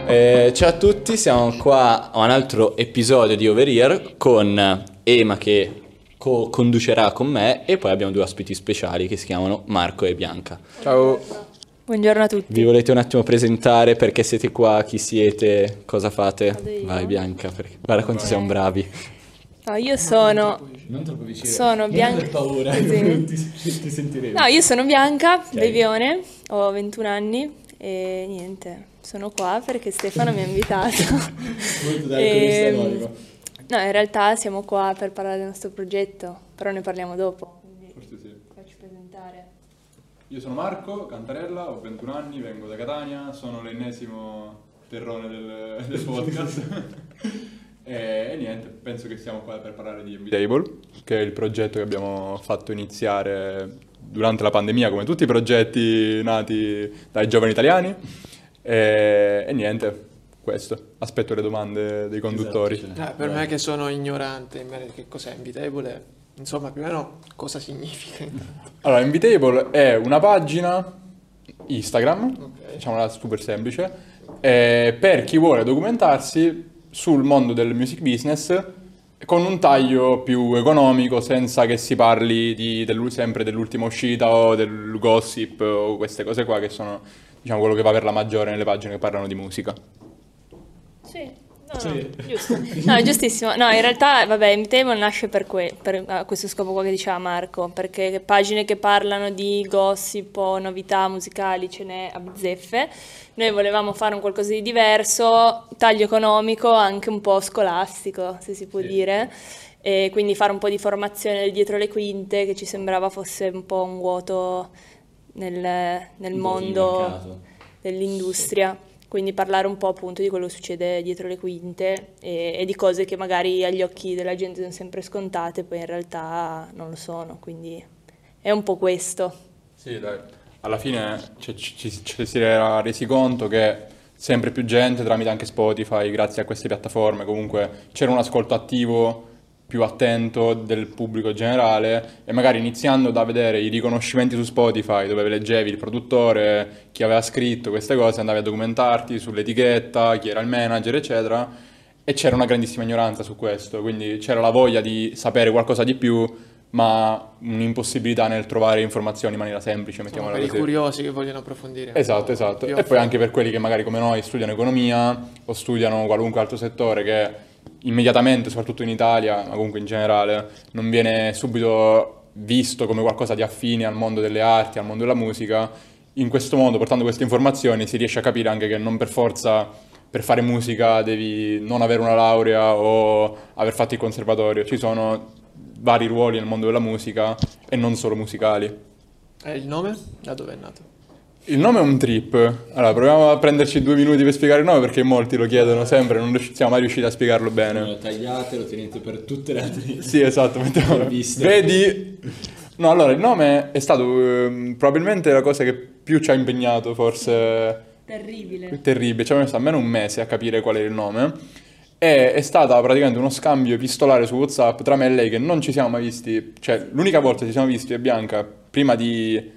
Ciao a tutti, siamo qua a un altro episodio di Over Here con Ema che conducerà con me e poi abbiamo due ospiti speciali che si chiamano Marco e Bianca. Ciao! Buongiorno a tutti. Vi volete un attimo presentare perché siete qua, chi siete, cosa fate? Vado io. Vai Bianca, guarda quanto siamo bravi. No, io sono Non troppo vicino. Sono Bianca. Non aver paura, Sì. ti sentiremo. No, io sono Bianca Bevione, ho 21 anni e niente, sono qua perché Stefano mi ha invitato. Molto No, in realtà siamo qua per parlare del nostro progetto, però ne parliamo dopo. Quindi Forse sì. faccio presentare. Io sono Marco Cantarella, ho 21 anni, vengo da Catania, sono l'ennesimo terrone del podcast. E niente, penso che siamo qua per parlare di Invitable, che è il progetto che abbiamo fatto iniziare durante la pandemia, come tutti i progetti nati dai giovani italiani. E niente, questo. Aspetto le domande dei conduttori. Esatto, Per me che sono ignorante in merito a che cos'è Invitable, insomma più o meno cosa significa. Allora, Invitable è una pagina Instagram, Ok. diciamola super semplice, per chi vuole documentarsi sul mondo del music business con un taglio più economico, senza che si parli sempre dell'ultima uscita o del gossip o queste cose qua che sono, diciamo, quello che va per la maggiore nelle pagine che parlano di musica. Sì. No, giusto. No, è giustissimo. No, in realtà, vabbè, Invitable nasce per questo scopo qua che diceva Marco, perché pagine che parlano di gossip o novità musicali ce n'è a bizzeffe. Noi volevamo fare un qualcosa di diverso, taglio economico, anche un po' scolastico, se si può dire, e quindi fare un po' di formazione dietro le quinte, che ci sembrava fosse un po' un vuoto nel mondo dell'industria. Quindi parlare un po' appunto di quello che succede dietro le quinte e di cose che magari agli occhi della gente sono sempre scontate, poi in realtà non lo sono, quindi è un po' questo. Sì, dai. Alla fine ci si era resi conto che sempre più gente, tramite anche Spotify, grazie a queste piattaforme, comunque c'era un ascolto attivo più attento del pubblico generale e magari iniziando da vedere i riconoscimenti su Spotify dove leggevi il produttore, chi aveva scritto queste cose, andavi a documentarti sull'etichetta, chi era il manager, eccetera, e c'era una grandissima ignoranza su questo, quindi c'era la voglia di sapere qualcosa di più, ma un'impossibilità nel trovare informazioni in maniera semplice, Insomma, mettiamola per i così. curiosi che vogliono approfondire. Esatto. Più E poi anche per quelli che magari come noi studiano economia o studiano qualunque altro settore che immediatamente, soprattutto in Italia, ma comunque in generale, non viene subito visto come qualcosa di affine al mondo delle arti, al mondo della musica. In questo modo, portando queste informazioni, si riesce a capire anche che non per forza per fare musica devi non avere una laurea o aver fatto il conservatorio. Ci sono vari ruoli nel mondo della musica e non solo musicali. E il nome? Da dove è nato? Il nome è un trip. Allora, proviamo a prenderci 2 minuti per spiegare il nome perché molti lo chiedono sempre, non siamo mai riusciti a spiegarlo bene. Lo tagliate, lo tenete per tutte le altre Sì, esatto, mettiamo. interviste. Vedi? No, allora, il nome è stato probabilmente la cosa che più ci ha impegnato, forse Terribile. terribile. Ci ha messo almeno un mese a capire qual era il nome. E è stata praticamente uno scambio epistolare su WhatsApp tra me e lei che non ci siamo mai visti. Cioè, l'unica volta che ci siamo visti io e Bianca, prima di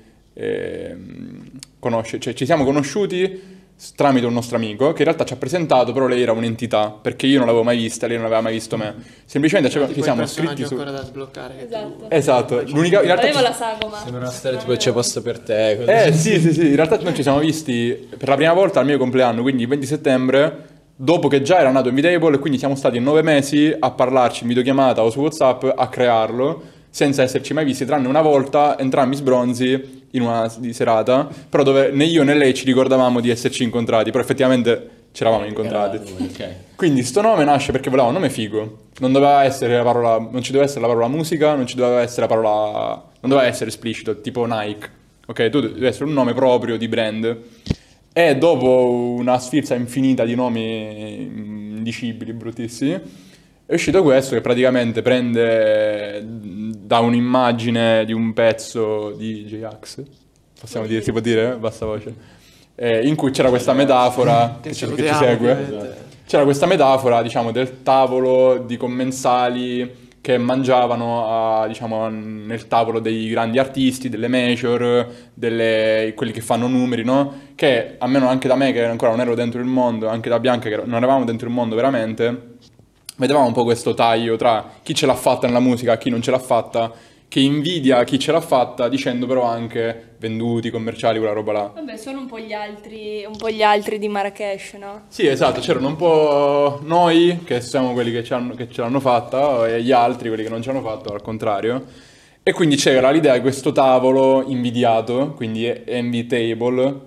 cioè ci siamo conosciuti tramite un nostro amico che in realtà ci ha presentato, però lei era un'entità, perché io non l'avevo mai vista, lei non aveva mai visto me. Semplicemente ci Tipo siamo il personaggio scritti su... ancora da sbloccare. Che tu- Esatto. Esatto, l'unica... in realtà Avevo ci- la sagoma. Sembra una storia tipo c'è posto per te. così. sì, in realtà noi ci siamo visti per la prima volta al mio compleanno, quindi il 20 settembre, dopo che già era nato Invitable, e quindi siamo stati 9 mesi a parlarci in videochiamata o su WhatsApp a crearlo, senza esserci mai visti, tranne una volta, entrambi sbronzi in una serata, però dove né io né lei ci ricordavamo di esserci incontrati, però effettivamente ci eravamo incontrati. Ok. Quindi sto nome nasce perché volevamo un nome figo. Non doveva essere la parola, non ci doveva essere la parola musica, non ci doveva essere la parola, non doveva essere esplicito, tipo Nike. Ok, tu devi essere un nome proprio di brand. E dopo una sfilza infinita di nomi indicibili, bruttissimi, è uscito questo che praticamente prende da un'immagine di un pezzo di J-Ax, possiamo dire, si può dire? Basta voce. In cui c'era questa metafora che ci salutiamo, segue. ovviamente. C'era questa metafora, diciamo, del tavolo di commensali che mangiavano diciamo, nel tavolo dei grandi artisti, delle major, quelli che fanno numeri, no? Che almeno anche da me, che ancora non ero dentro il mondo, anche da Bianca, che non eravamo dentro il mondo veramente, vedevamo un po' questo taglio tra chi ce l'ha fatta nella musica e chi non ce l'ha fatta, che invidia chi ce l'ha fatta, dicendo però anche venduti, commerciali, quella roba là. Vabbè, sono un po' gli altri di Marrakesh, no? Sì, esatto, c'erano un po' noi, che siamo quelli che ce l'hanno fatta, e gli altri, quelli che non ce l'hanno fatto, al contrario. E quindi c'era l'idea di questo tavolo invidiato, quindi envy table,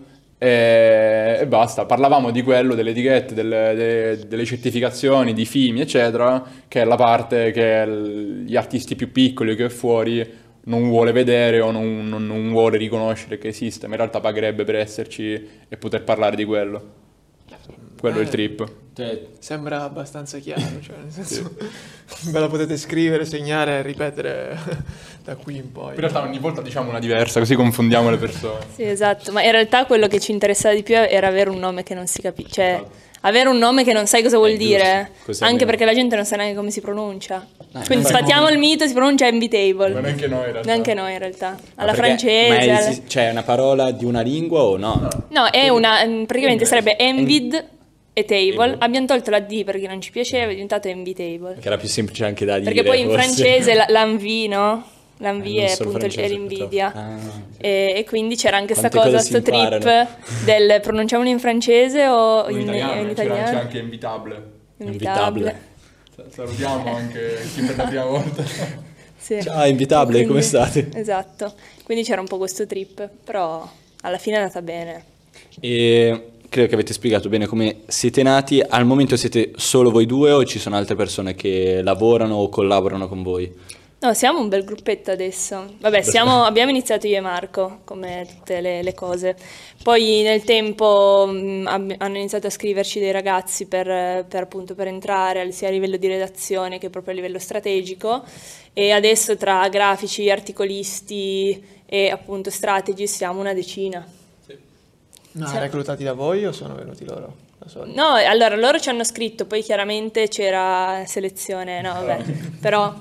e basta. Parlavamo di quello, delle etichette, delle certificazioni, di FIMI, eccetera, che è la parte che gli artisti più piccoli che è fuori non vuole vedere o non vuole riconoscere che esiste, ma in realtà pagherebbe per esserci e poter parlare di quello. Quello è il trip. Sembra abbastanza chiaro, cioè nel senso ve la potete scrivere, segnare e ripetere da qui in poi. In realtà ogni volta diciamo una diversa, così confondiamo le persone. Sì, esatto, ma in realtà quello che ci interessava di più era avere un nome che non si capisce, cioè avere un nome che non sai cosa vuol dire, anche perché la gente non sa neanche come si pronuncia. Quindi sfattiamo il mito, si pronuncia Invitable. Ma neanche noi in realtà. Neanche noi in realtà. Alla Perché- francese. Ma c'è una parola di una lingua o no? No, è praticamente sarebbe Envid e Table. Abbiamo tolto la D perché non ci piaceva, è diventato Invitable. Che era più semplice anche da dire. Perché poi in forse. francese l'envie, no? L'envie Non è solo appunto francese, l'invidia. purtroppo. E quindi c'era anche sta Quante cosa, cose si sto trip imparano. del pronunciamolo in francese o In in italiano, c'è italiano. anche invitable. Invitable. Salutiamo anche chi per la prima volta. Sì. Ciao, Invitabile, Quindi- come state? Esatto. Quindi c'era un po' questo trip, però alla fine è andata bene. E credo che avete spiegato bene come siete nati. Al momento siete solo voi due o ci sono altre persone che lavorano o collaborano con voi? No, siamo un bel gruppetto adesso. Vabbè, abbiamo iniziato io e Marco, come tutte le cose. Poi nel tempo hanno iniziato a scriverci dei ragazzi appunto per entrare sia a livello di redazione che proprio a livello strategico. E adesso tra grafici, articolisti e appunto strategi siamo una decina. Ma reclutati da voi o sono venuti loro? Da soli? No, allora loro ci hanno scritto, poi chiaramente c'era selezione, no, vabbè, però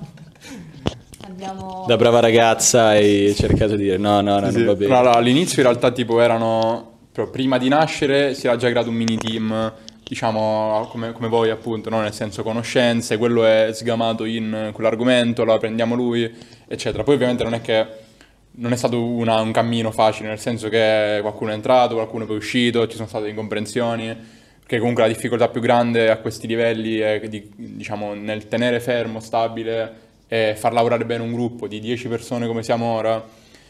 abbiamo... Da brava ragazza hai cercato di dire no, non va bene. No, all'inizio in realtà tipo erano, però prima di nascere si era già creato un mini team, diciamo come voi appunto, no? Nel senso conoscenze, quello è sgamato in quell'argomento, allora prendiamo lui, eccetera. Poi ovviamente non è stato un cammino facile, nel senso che qualcuno è entrato, qualcuno poi è uscito, ci sono state incomprensioni, perché comunque la difficoltà più grande a questi livelli è diciamo nel tenere fermo, stabile e far lavorare bene un gruppo di 10 persone come siamo ora.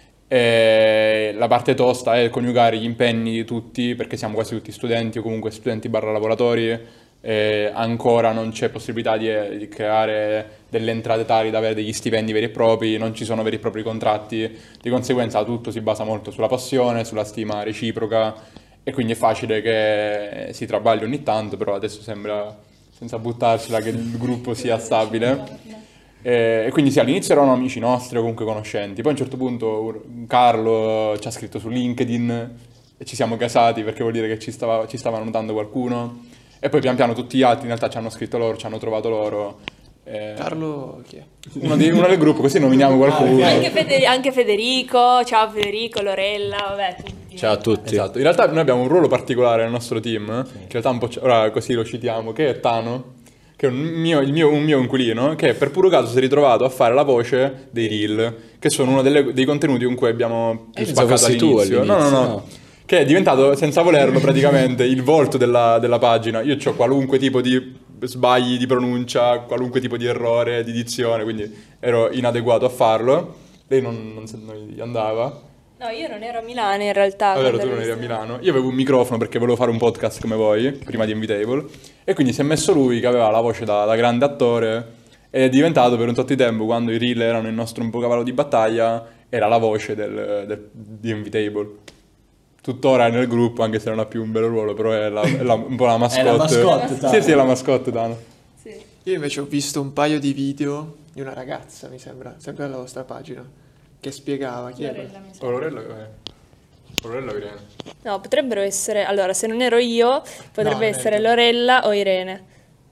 E la parte tosta è coniugare gli impegni di tutti, perché siamo quasi tutti studenti o comunque studenti barra lavoratori, e ancora non c'è possibilità di creare delle entrate tali da avere degli stipendi veri e propri, non ci sono veri e propri contratti, di conseguenza tutto si basa molto sulla passione, sulla stima reciproca e quindi è facile che si trabagli ogni tanto, però adesso sembra, senza buttarcela, che il gruppo sia stabile. E quindi sì, all'inizio erano amici nostri o comunque conoscenti, poi a un certo punto Carlo ci ha scritto su LinkedIn e ci siamo casati perché vuol dire che ci stava notando qualcuno, e poi pian piano tutti gli altri in realtà ci hanno scritto loro, ci hanno trovato loro. Carlo chi è? Uno del gruppo, così nominiamo qualcuno. Anche Federico, ciao Federico, Lorella, vabbè, tutti. Ciao a tutti. Esatto, in realtà noi abbiamo un ruolo particolare nel nostro team, che in realtà un po' ora così lo citiamo, che è Tano, che è un mio inquilino, che per puro caso si è ritrovato a fare la voce dei reel, che sono uno dei contenuti con cui abbiamo più pensavo spaccato fossi tu all'inizio. No. all'inizio. Che è diventato, senza volerlo, praticamente il volto della pagina. Io ho qualunque tipo di sbagli di pronuncia, qualunque tipo di errore di dizione, quindi ero inadeguato a farlo. Lei non gli andava. No, io non ero a Milano in realtà. Vero, tu quando non eri a l'ho Milano. Io avevo un microfono perché volevo fare un podcast come voi, prima di Invitable. E quindi si è messo lui, che aveva la voce da grande attore, ed è diventato per un tot di tempo, quando i reel erano il nostro un po' cavallo di battaglia, era la voce di Invitable. Tuttora è nel gruppo, anche se non ha più un bel ruolo, però è un po' la mascotte. È la mascotte, Tano. Sì, è la mascotte, Tano. Sì. Io invece ho visto un paio di video di una ragazza, mi sembra, sempre alla vostra pagina, che spiegava chi era. Lorella, mi sa. Lorella o Irene? No, potrebbero essere, allora se non ero io, potrebbe No, essere Irene. Lorella o Irene.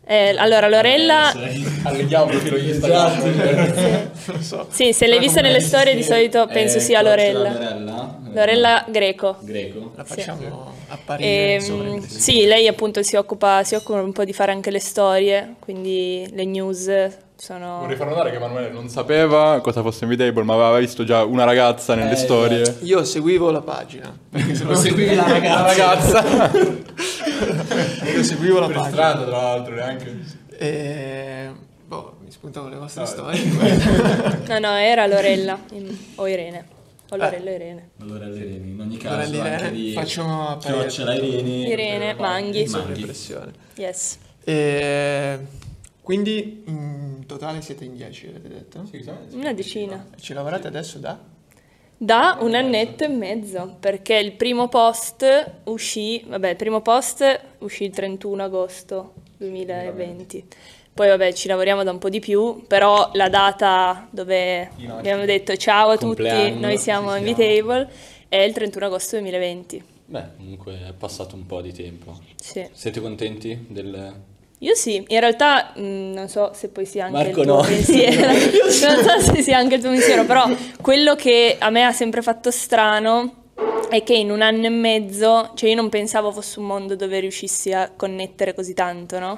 Allora, Lorella... Alleghiamo il profilo Instagram. Non so. Sì, se l'hai vista nelle storie di solito penso sia Lorella. Lorella Greco. La facciamo apparire in sovraimpressione. Sì, lei appunto si occupa un po' di fare anche le storie, quindi le news sono... Vorrei far notare che Emanuele non sapeva cosa fosse Invitable, ma aveva visto già una ragazza nelle storie. Io seguivo la pagina. Perché se no Seguivi la La ragazza. Io seguivo la Per pagina. strada, tra l'altro, neanche. Mi spuntavo le vostre storie. No, era Lorella o Irene. O Lorella o Irene. Allora Irene, in ogni Allora, caso l'Irene, anche di facciamo apparire Chiocciola Irene. Irene, Manghi. sovraimpressione. Yes. Quindi in totale siete in 10, avete detto? Una decina. Ci lavorate adesso da? Da un annetto e mezzo, perché il primo post uscì il 31 agosto 2020. Poi ci lavoriamo da un po' di più, però la data dove abbiamo detto ciao a tutti, Compleanno, noi siamo sì, Invitable, è il 31 agosto 2020. Beh, comunque è passato un po' di tempo. Sì. Siete contenti del... Io sì, in realtà non so se poi sia anche Marco il tuo no. pensiero, non so se sia anche il tuo pensiero, però quello che a me ha sempre fatto strano è che in un anno e mezzo, cioè io non pensavo fosse un mondo dove riuscissi a connettere così tanto, no?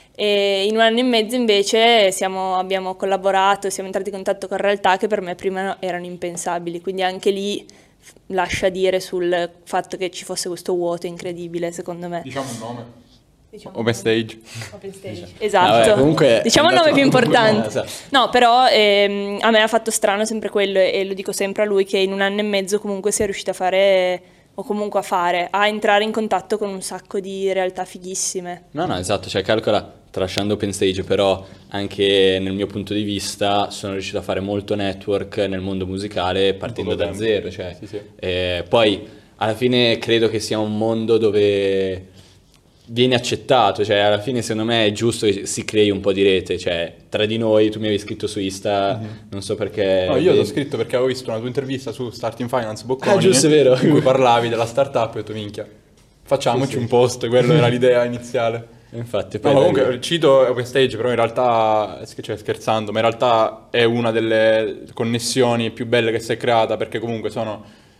E in un anno e mezzo invece abbiamo collaborato, siamo entrati in contatto con realtà che per me prima erano impensabili, quindi anche lì lascia dire sul fatto che ci fosse questo vuoto incredibile, secondo me. Diciamo un nome. Diciamo Open Stage. Open Stage. Esatto. Vabbè, comunque diciamo è il nome andato più comunque importante. bene, esatto. No, però a me ha fatto strano sempre quello e lo dico sempre a lui che in un anno e mezzo comunque sia riuscito a fare o comunque a entrare in contatto con un sacco di realtà fighissime. No, esatto, cioè calcola, tralasciando Open Stage, però anche nel mio punto di vista sono riuscito a fare molto network nel mondo musicale partendo poco da tempo. zero, cioè. Sì. Poi alla fine credo che sia un mondo dove viene accettato, cioè alla fine secondo me è giusto che si crei un po' di rete, cioè tra di noi, tu mi avevi scritto su Insta, non so perché... No, io ti ho scritto perché avevo visto una tua intervista su Starting Finance Bocconi. Ah, giusto, è vero. In cui parlavi della startup e ho detto minchia, facciamoci un post, quello era l'idea iniziale. Infatti, No, poi ma da comunque lì- cito Open Stage, però in realtà, cioè, scherzando, ma in realtà è una delle connessioni più belle che si è creata, perché comunque sono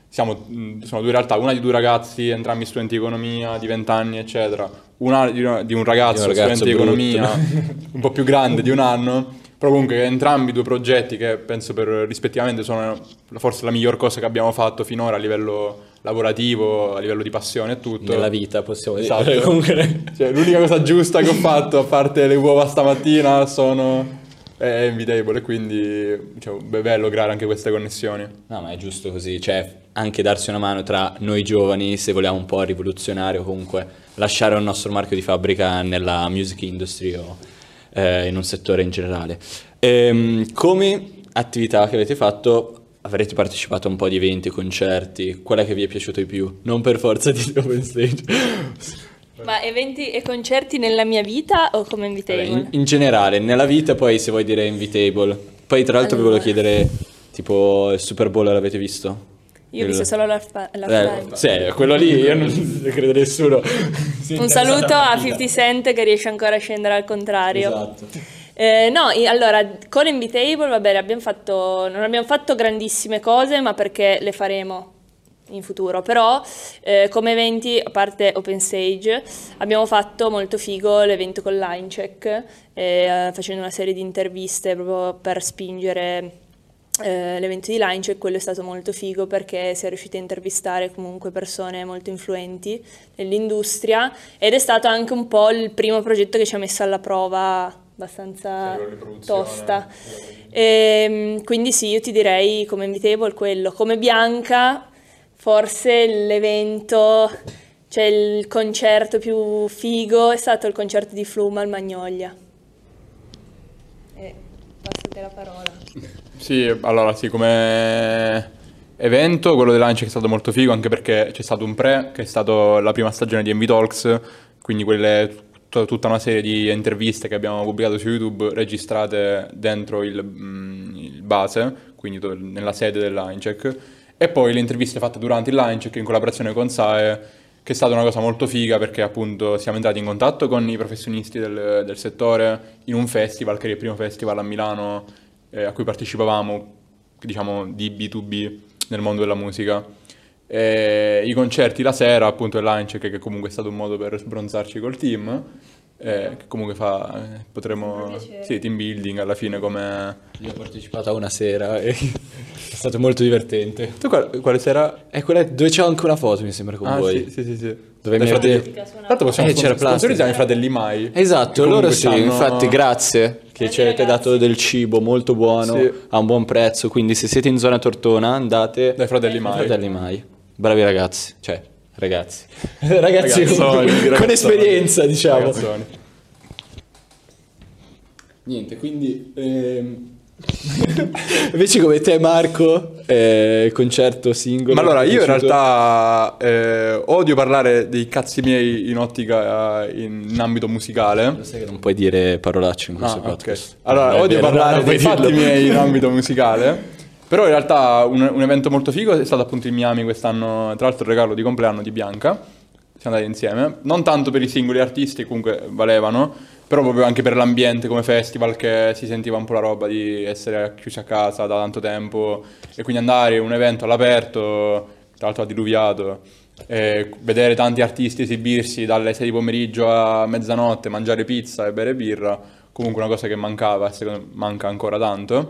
due realtà, una di due ragazzi, entrambi studenti di economia, di 20 anni, eccetera, una di un ragazzo, studente di brutto. economia, un po' più grande, di un anno, però comunque entrambi due progetti che penso rispettivamente sono forse la miglior cosa che abbiamo fatto finora a livello lavorativo, a livello di passione e tutto. nella vita possiamo dire. Esatto. Comunque... Cioè, l'unica cosa giusta che ho fatto, a parte le uova stamattina, è Invitable, e quindi diciamo, è bello creare anche queste connessioni. No, ma è giusto così, cioè anche darsi una mano tra noi giovani se vogliamo un po' rivoluzionare o comunque lasciare un nostro marchio di fabbrica nella music industry o in un settore in generale. Come attività che avete fatto, avrete partecipato a un po' di eventi, concerti, qual è che vi è piaciuto di più? Non per forza di Open Stage. Ma eventi e concerti nella mia vita o come Vabbè, Invitable? in generale, nella vita poi se vuoi dire Invitable. Poi tra l'altro vi volevo chiedere, tipo il Super Bowl l'avete visto? Io ho visto solo la Sì, quello lì io non credo nessuno. Un saluto a 50 Cent che riesce ancora a scendere al contrario. Esatto. Allora, con Invitable, vabbè, non abbiamo fatto grandissime cose, ma perché le faremo in futuro. Però, come eventi, a parte Open Stage, abbiamo fatto molto figo l'evento con Linecheck, facendo una serie di interviste proprio per spingere l'evento di Linecheck. Quello è stato molto figo perché si è riusciti a intervistare comunque persone molto influenti nell'industria ed è stato anche un po' il primo progetto che ci ha messo alla prova abbastanza tosta. Quindi sì, io ti direi come Invitable quello. Come Bianca, forse l'evento, cioè il concerto più figo è stato il concerto di Fluma al Magnolia. Passate la parola. Sì, allora sì, come evento quello dell'Ance è stato molto figo, anche perché c'è stato un pre, che è stato la prima stagione di MV Talks, quindi tutta una serie di interviste che abbiamo pubblicato su YouTube registrate dentro il base, quindi nella sede dell'Linecheck, e poi le interviste fatte durante il Linecheck in collaborazione con SAE, che è stata una cosa molto figa perché appunto siamo entrati in contatto con i professionisti del settore in un festival, che era il primo festival a Milano a cui partecipavamo, diciamo di B2B nel mondo della musica. I concerti la sera, appunto il lunch, che comunque è stato un modo per sbronzarci col team, che comunque potremo... Sì, team building alla fine come... Io ho partecipato a una sera e è stato molto divertente. Tu quale sera? È quella dove c'è anche una foto, mi sembra, con voi. Sì. Dove mi avete... Tanto possiamo c'era sponsorizzare i fratelli Mai. Esatto, che loro comunque sì, c'hanno- infatti grazie che ci avete dato del cibo molto buono, Sì. a un buon prezzo, quindi se siete in zona Tortona andate Dai fratelli Mai. Fratelli Mai. Bravi ragazzi, cioè ragazzi. Ragazzi Ragazzoni, con ragazzoni. esperienza, diciamo. Ragazzoni. Niente, quindi invece come te Marco, concerto singolo. Ma allora, ti è io in piaciuto? realtà odio parlare dei cazzi miei in ottica in ambito musicale. Lo sai che non puoi dire parolacce in questo Ah, podcast. ok. Allora, Non è odio vero, parlare non dei puoi fatti dirlo. miei in ambito musicale. Però in realtà un evento molto figo è stato appunto in Miami quest'anno, tra l'altro il regalo di compleanno di Bianca. Siamo andati insieme, non tanto per i singoli artisti, che comunque valevano, però proprio anche per l'ambiente come festival, che si sentiva un po' la roba di essere chiusi a casa da tanto tempo e quindi andare a un evento all'aperto, tra l'altro ha diluviato, e vedere tanti artisti esibirsi dalle 6 di pomeriggio a mezzanotte, mangiare pizza e bere birra, comunque una cosa che mancava e secondo me manca ancora tanto.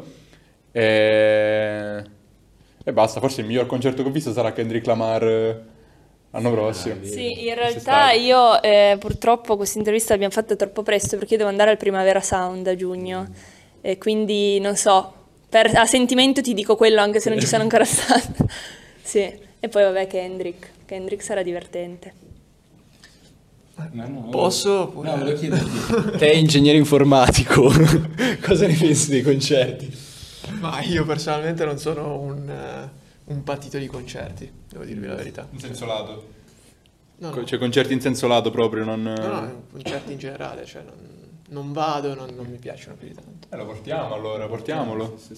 E basta, forse il miglior concerto che ho visto sarà Kendrick Lamar l'anno prossimo. Sì, in realtà io purtroppo questa intervista l'abbiamo fatta troppo presto perché io devo andare al Primavera Sound a giugno e quindi non so, a sentimento ti dico quello anche se non ci sono ancora stata. Sì, e poi vabbè Kendrick sarà divertente. Posso? Oppure... No, volevo chiederti. Te ingegnere informatico, cosa ne pensi dei concerti? Ma io personalmente non sono un patito di concerti, devo dirvi la verità. In senso lato. No, Cioè concerti in senso lato proprio, non... no, concerti in generale, cioè non vado, non mi piacciono più di tanto. Lo portiamo allora, portiamolo. Sì.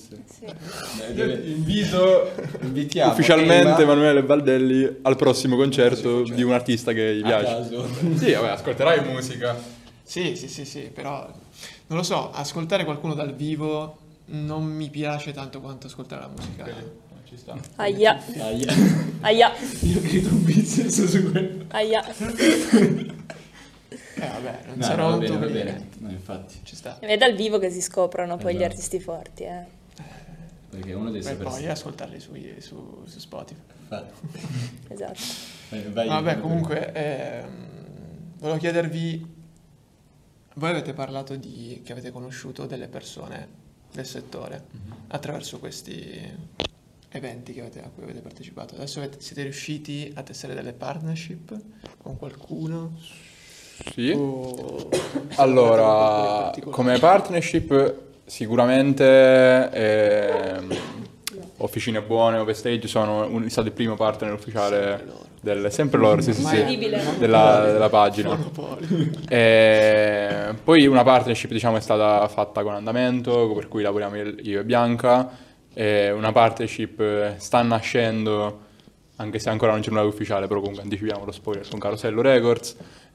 Invitiamo Ufficialmente Ema Emanuele Baldelli al prossimo concerto di un artista che gli a piace. caso. Sì, vabbè, ascolterai musica. Sì, però non lo so, ascoltare qualcuno dal vivo non mi piace tanto quanto ascoltare la musica. Ci sta. Aia, Aia. aia, Io credo un business su quello. aia. Vabbè, non No, sarò va un bene, tuo va dire. bene. No, infatti. Ci sta. È dal vivo che si scoprono poi gli Esatto. artisti forti, Perché uno deve E sapere. poi ascoltarli su Spotify. esatto. Vabbè, comunque, volevo chiedervi, voi avete parlato che avete conosciuto delle persone del settore attraverso questi eventi a cui avete partecipato. Adesso siete riusciti a tessere delle partnership con qualcuno? Sì. O- Allora, come partnership sicuramente Officine Buone, Overstage sono stato il primo partner ufficiale sempre loro, sì, Incredibile. della pagina. Monopoli. Poi una partnership diciamo è stata fatta con Andamento, per cui lavoriamo io e Bianca. Una partnership sta nascendo, anche se ancora non c'è nulla di ufficiale, però comunque anticipiamo lo spoiler con Carosello Records.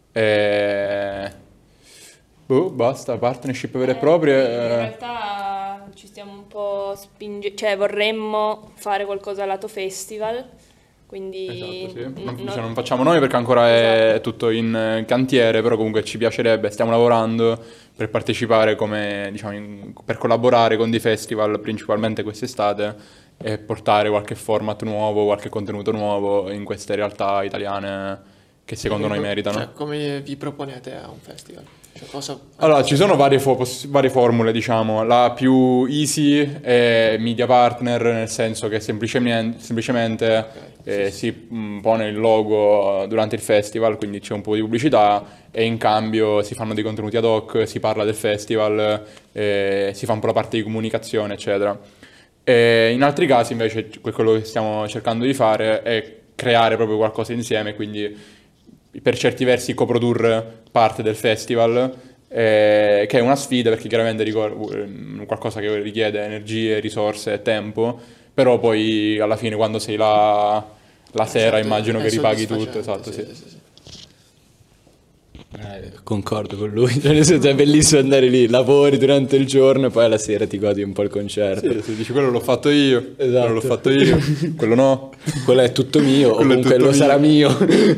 Basta, partnership vere e proprie. In realtà ci stiamo un po' spingendo, cioè vorremmo fare qualcosa a lato festival, quindi Esatto, sì. Non facciamo noi perché ancora è Esatto. tutto in cantiere, però comunque ci piacerebbe, stiamo lavorando per partecipare come, diciamo, per collaborare con dei festival principalmente quest'estate e portare qualche format nuovo, qualche contenuto nuovo in queste realtà italiane che secondo noi meritano. Cioè, come vi proponete a un festival? Cioè, Allora, ci sono varie formule, diciamo. La più easy è media partner, nel senso che semplicemente si pone il logo durante il festival, quindi c'è un po' di pubblicità e in cambio si fanno dei contenuti ad hoc, si parla del festival, si fa un po' la parte di comunicazione, eccetera. In altri casi invece quello che stiamo cercando di fare è creare proprio qualcosa insieme, quindi per certi versi coprodurre parte del festival, che è una sfida perché chiaramente qualcosa che richiede energie, risorse e tempo, però poi alla fine quando sei là la sera Certo, immagino è che ripaghi tutto, soddisfacente, esatto, sì. sì. Concordo con lui, cioè, nel senso, è bellissimo andare lì, lavori durante il giorno e poi alla sera ti godi un po' il concerto. Sì, se dici quello l'ho fatto io, quello Esatto. l'ho fatto io, quello no. Quello è tutto mio, o Quello è comunque tutto lo mio. sarà mio.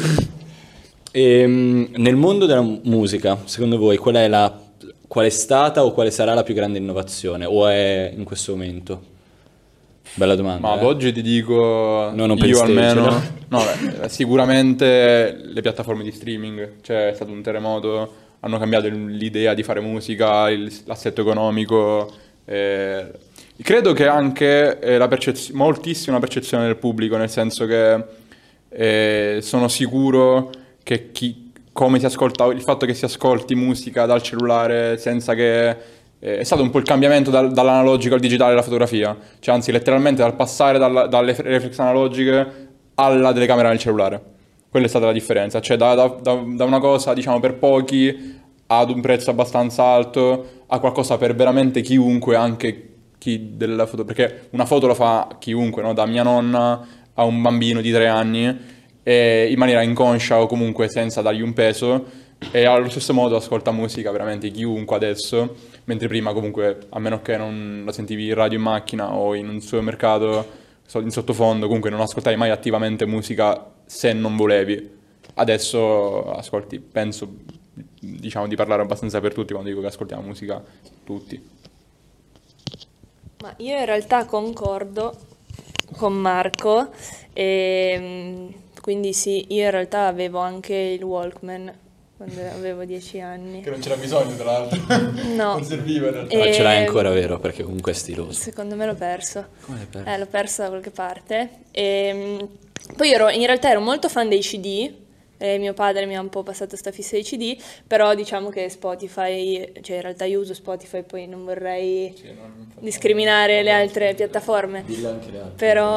Nel mondo della musica, secondo voi, qual è stata o quale sarà la più grande innovazione? O è in questo momento? Bella domanda. Ma ad oggi ti dico, Non open io stage, almeno, no? no, beh, sicuramente le piattaforme di streaming, cioè è stato un terremoto, hanno cambiato l'idea di fare musica, l'assetto economico, credo che anche moltissimo la percezione del pubblico, nel senso che sono sicuro che come si ascolta, il fatto che si ascolti musica dal cellulare senza che è stato un po' il cambiamento dall'analogico al digitale della fotografia, cioè anzi letteralmente dal passare dalle reflex analogiche alla telecamera nel cellulare. Quella è stata la differenza, cioè da una cosa diciamo per pochi ad un prezzo abbastanza alto a qualcosa per veramente chiunque, anche chi della foto, perché una foto la fa chiunque, no? Da mia nonna a un bambino di 3 anni, in maniera inconscia o comunque senza dargli un peso. E allo stesso modo ascolta musica veramente chiunque adesso, mentre prima comunque, a meno che non la sentivi in radio in macchina o in un supermercato in sottofondo, comunque non ascoltavi mai attivamente musica se non volevi. Adesso ascolti, penso, diciamo di parlare abbastanza per tutti quando dico che ascoltiamo musica, tutti. Ma io in realtà concordo con Marco, quindi sì, io in realtà avevo anche il Walkman quando avevo 10 anni. Che non c'era bisogno tra l'altro, No. non serviva in realtà. Ma ce l'hai Ehm, ancora, vero? Perché comunque è stiloso. Secondo me l'ho perso. Come l'hai perso? L'ho perso da qualche parte. Poi in realtà ero molto fan dei CD. Mio padre mi ha un po' passato sta fissa dei CD, però diciamo che Spotify, cioè in realtà io uso Spotify, poi non vorrei discriminare le altre piattaforme. Dillo anche le altre.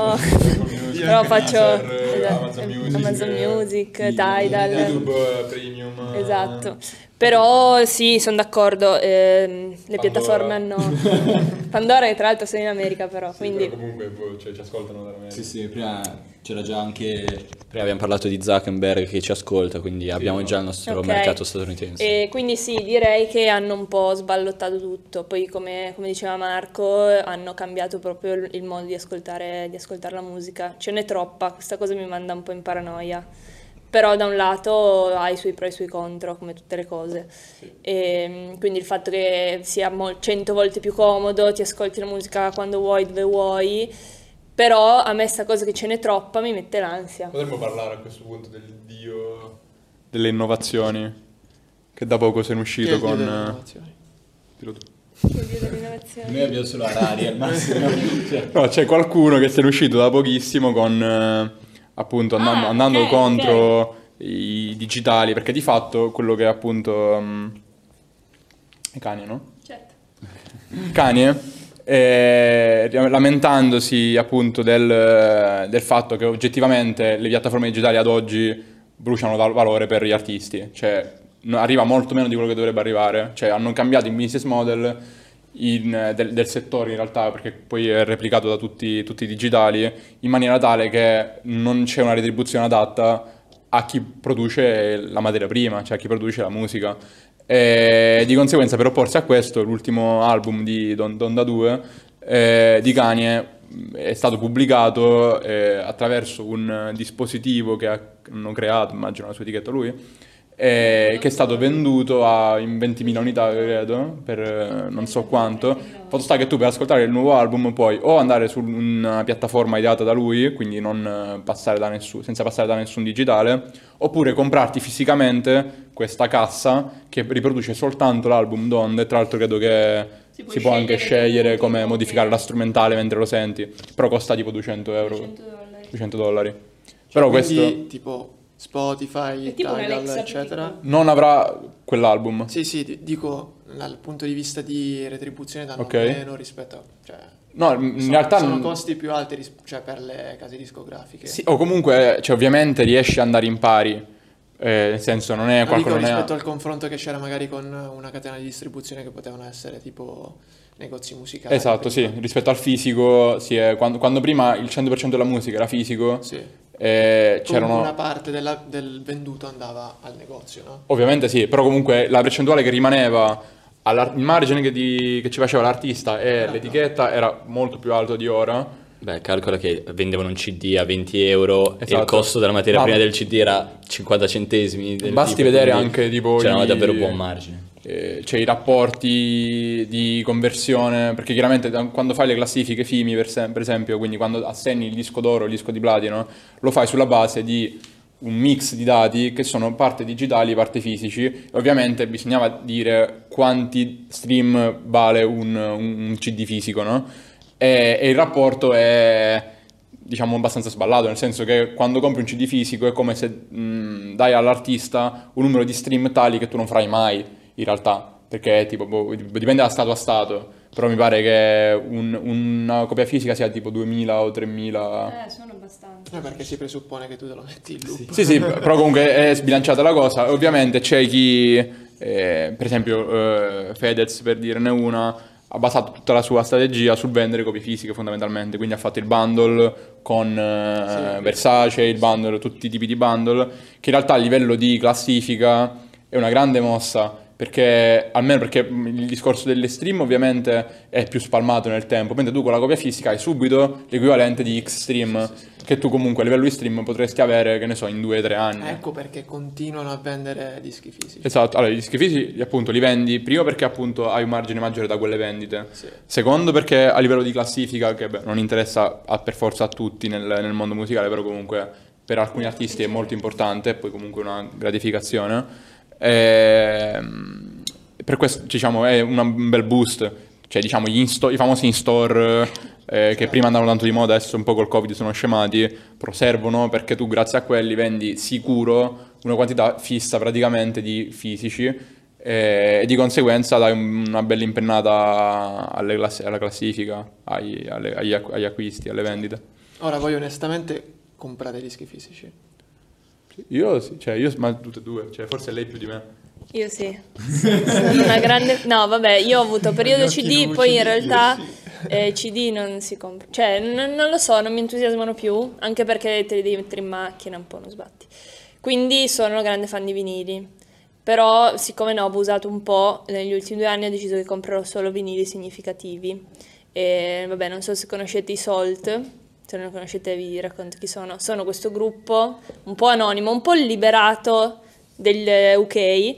Però faccio Amazon Music, Amazon Music, Tidal. YouTube Premium. Esatto, però sì, sono d'accordo, le piattaforme hanno Pandora, che tra l'altro sono in America però, quindi Però comunque cioè, ci ascoltano dall'America. Sì, sì, prima c'era già anche... Prima abbiamo parlato di Zuckerberg che ci ascolta, quindi abbiamo già il nostro Ok. mercato statunitense. E quindi sì, direi che hanno un po' sballottato tutto, poi come diceva Marco hanno cambiato proprio il modo di ascoltare la musica, ce n'è troppa, questa cosa mi manda un po' in paranoia. Però da un lato ha i suoi pro e i suoi contro, come tutte le cose. E, quindi il fatto che sia 100 volte più comodo, ti ascolti la musica quando vuoi, dove vuoi, però a me sta cosa che ce n'è troppa mi mette l'ansia. Potremmo parlare a questo punto del dio delle innovazioni, che da poco se ne è uscito Che è il dio con... delle innovazioni. Dillo tu. Che il dio dell'innovazione. Noi abbiamo solo Arari al massimo. Cioè, No, c'è qualcuno che se ne è uscito da pochissimo con, appunto, andando ok, contro i digitali, perché di fatto quello che appunto... è Kanye, no? Certo. Kanye, lamentandosi appunto del fatto che oggettivamente le piattaforme digitali ad oggi bruciano valore per gli artisti, cioè arriva molto meno di quello che dovrebbe arrivare, cioè hanno cambiato il business model del settore in realtà, perché poi è replicato da tutti i digitali, in maniera tale che non c'è una retribuzione adatta a chi produce la materia prima, cioè a chi produce la musica. E di conseguenza, per opporsi a questo, l'ultimo album di Donda 2 di Kanye è stato pubblicato attraverso un dispositivo che hanno creato, immagino la sua etichetta lui, che è stato venduto in 20.000 unità, credo, per non so quanto. Fatto sta che tu per ascoltare il nuovo album puoi o andare su una piattaforma ideata da lui, quindi non passare senza passare da nessun digitale, oppure comprarti fisicamente questa cassa che riproduce soltanto l'album Donda, e tra l'altro credo che si può anche scegliere come modificare la strumentale mentre lo senti, però costa tipo 200 euro, $200. Però Quindi, questo tipo Spotify, È tipo un Tidal, Alexa eccetera. non avrà quell'album. Sì, sì, dico dal punto di vista di retribuzione danno Ok. meno rispetto a... Cioè, No, in sono, realtà sono costi più alti cioè per le case discografiche. sì, o comunque, cioè, ovviamente riesci ad andare in pari, nel senso non è No, dico qualcosa, non rispetto è... al confronto che c'era magari con una catena di distribuzione che potevano essere tipo negozi musicali. Esatto, sì, rispetto al fisico, quando prima il 100% della musica era fisico, Sì. Comunque una parte del venduto andava al negozio, no? Ovviamente sì, però comunque la percentuale che rimaneva, il margine che ci faceva l'artista e l'etichetta era molto più alto di ora. Beh, calcola che vendevano un CD a 20 euro e il Esatto. costo della materia Ma- prima del CD era 50 centesimi. Del Basti tipo, vedere quindi anche tipo c'era davvero buon margine. Cioè i rapporti di conversione, perché chiaramente quando fai le classifiche FIMI per esempio, quindi quando assegni il disco d'oro e il disco di platino, lo fai sulla base di un mix di dati che sono parte digitali e parte fisici, e ovviamente bisognava dire quanti stream vale un CD fisico, no? E il rapporto è, diciamo, abbastanza sballato, nel senso che quando compri un CD fisico è come se dai all'artista un numero di stream tali che tu non farai mai, in realtà, perché tipo, dipende da stato a stato, però mi pare che una copia fisica sia tipo 2000 o 3000. Sono abbastanza. Perché si presuppone che tu te lo metti in loop. Sì, però comunque è sbilanciata la cosa. Ovviamente c'è chi, per esempio Fedez, per dirne una, ha basato tutta la sua strategia sul vendere copie fisiche fondamentalmente, quindi ha fatto il bundle con Versace, il bundle, tutti i tipi di bundle, che in realtà a livello di classifica è una grande mossa, perché almeno perché il discorso delle stream ovviamente è più spalmato nel tempo, mentre tu con la copia fisica hai subito l'equivalente di X stream, che tu comunque a livello di stream potresti avere, che ne so, in 2-3 anni. Ecco perché continuano a vendere dischi fisici. Esatto, allora i dischi fisici appunto li vendi primo perché appunto hai un margine maggiore da quelle vendite, secondo perché a livello di classifica, che beh, non interessa per forza a tutti nel mondo musicale, però comunque per alcuni artisti è molto importante e poi comunque una gratificazione. Per questo diciamo è un bel boost, cioè diciamo i famosi in-store che prima andavano tanto di moda, adesso un po' col Covid sono scemati, però servono perché tu grazie a quelli vendi sicuro una quantità fissa praticamente di fisici e di conseguenza dai una bella impennata alla classifica, agli acquisti, alle vendite. Ora voi onestamente comprate dischi fisici? Io sì, cioè ma tutte e due, cioè forse lei più di me. Io sì. Sono una grande... No, vabbè, io ho avuto periodo Gli occhi CD, lucidi, poi in realtà io CD non si compra. Cioè, non lo so, non mi entusiasmano più, anche perché te li devi mettere in macchina, un po' non sbatti. Quindi sono una grande fan di vinili. Però, siccome ne ho abusato un po', negli ultimi 2 anni ho deciso che comprerò solo vinili significativi. E vabbè, non so se conoscete i Salt. Se non lo conoscete vi racconto chi sono. Sono questo gruppo un po' anonimo, un po' liberato del UK,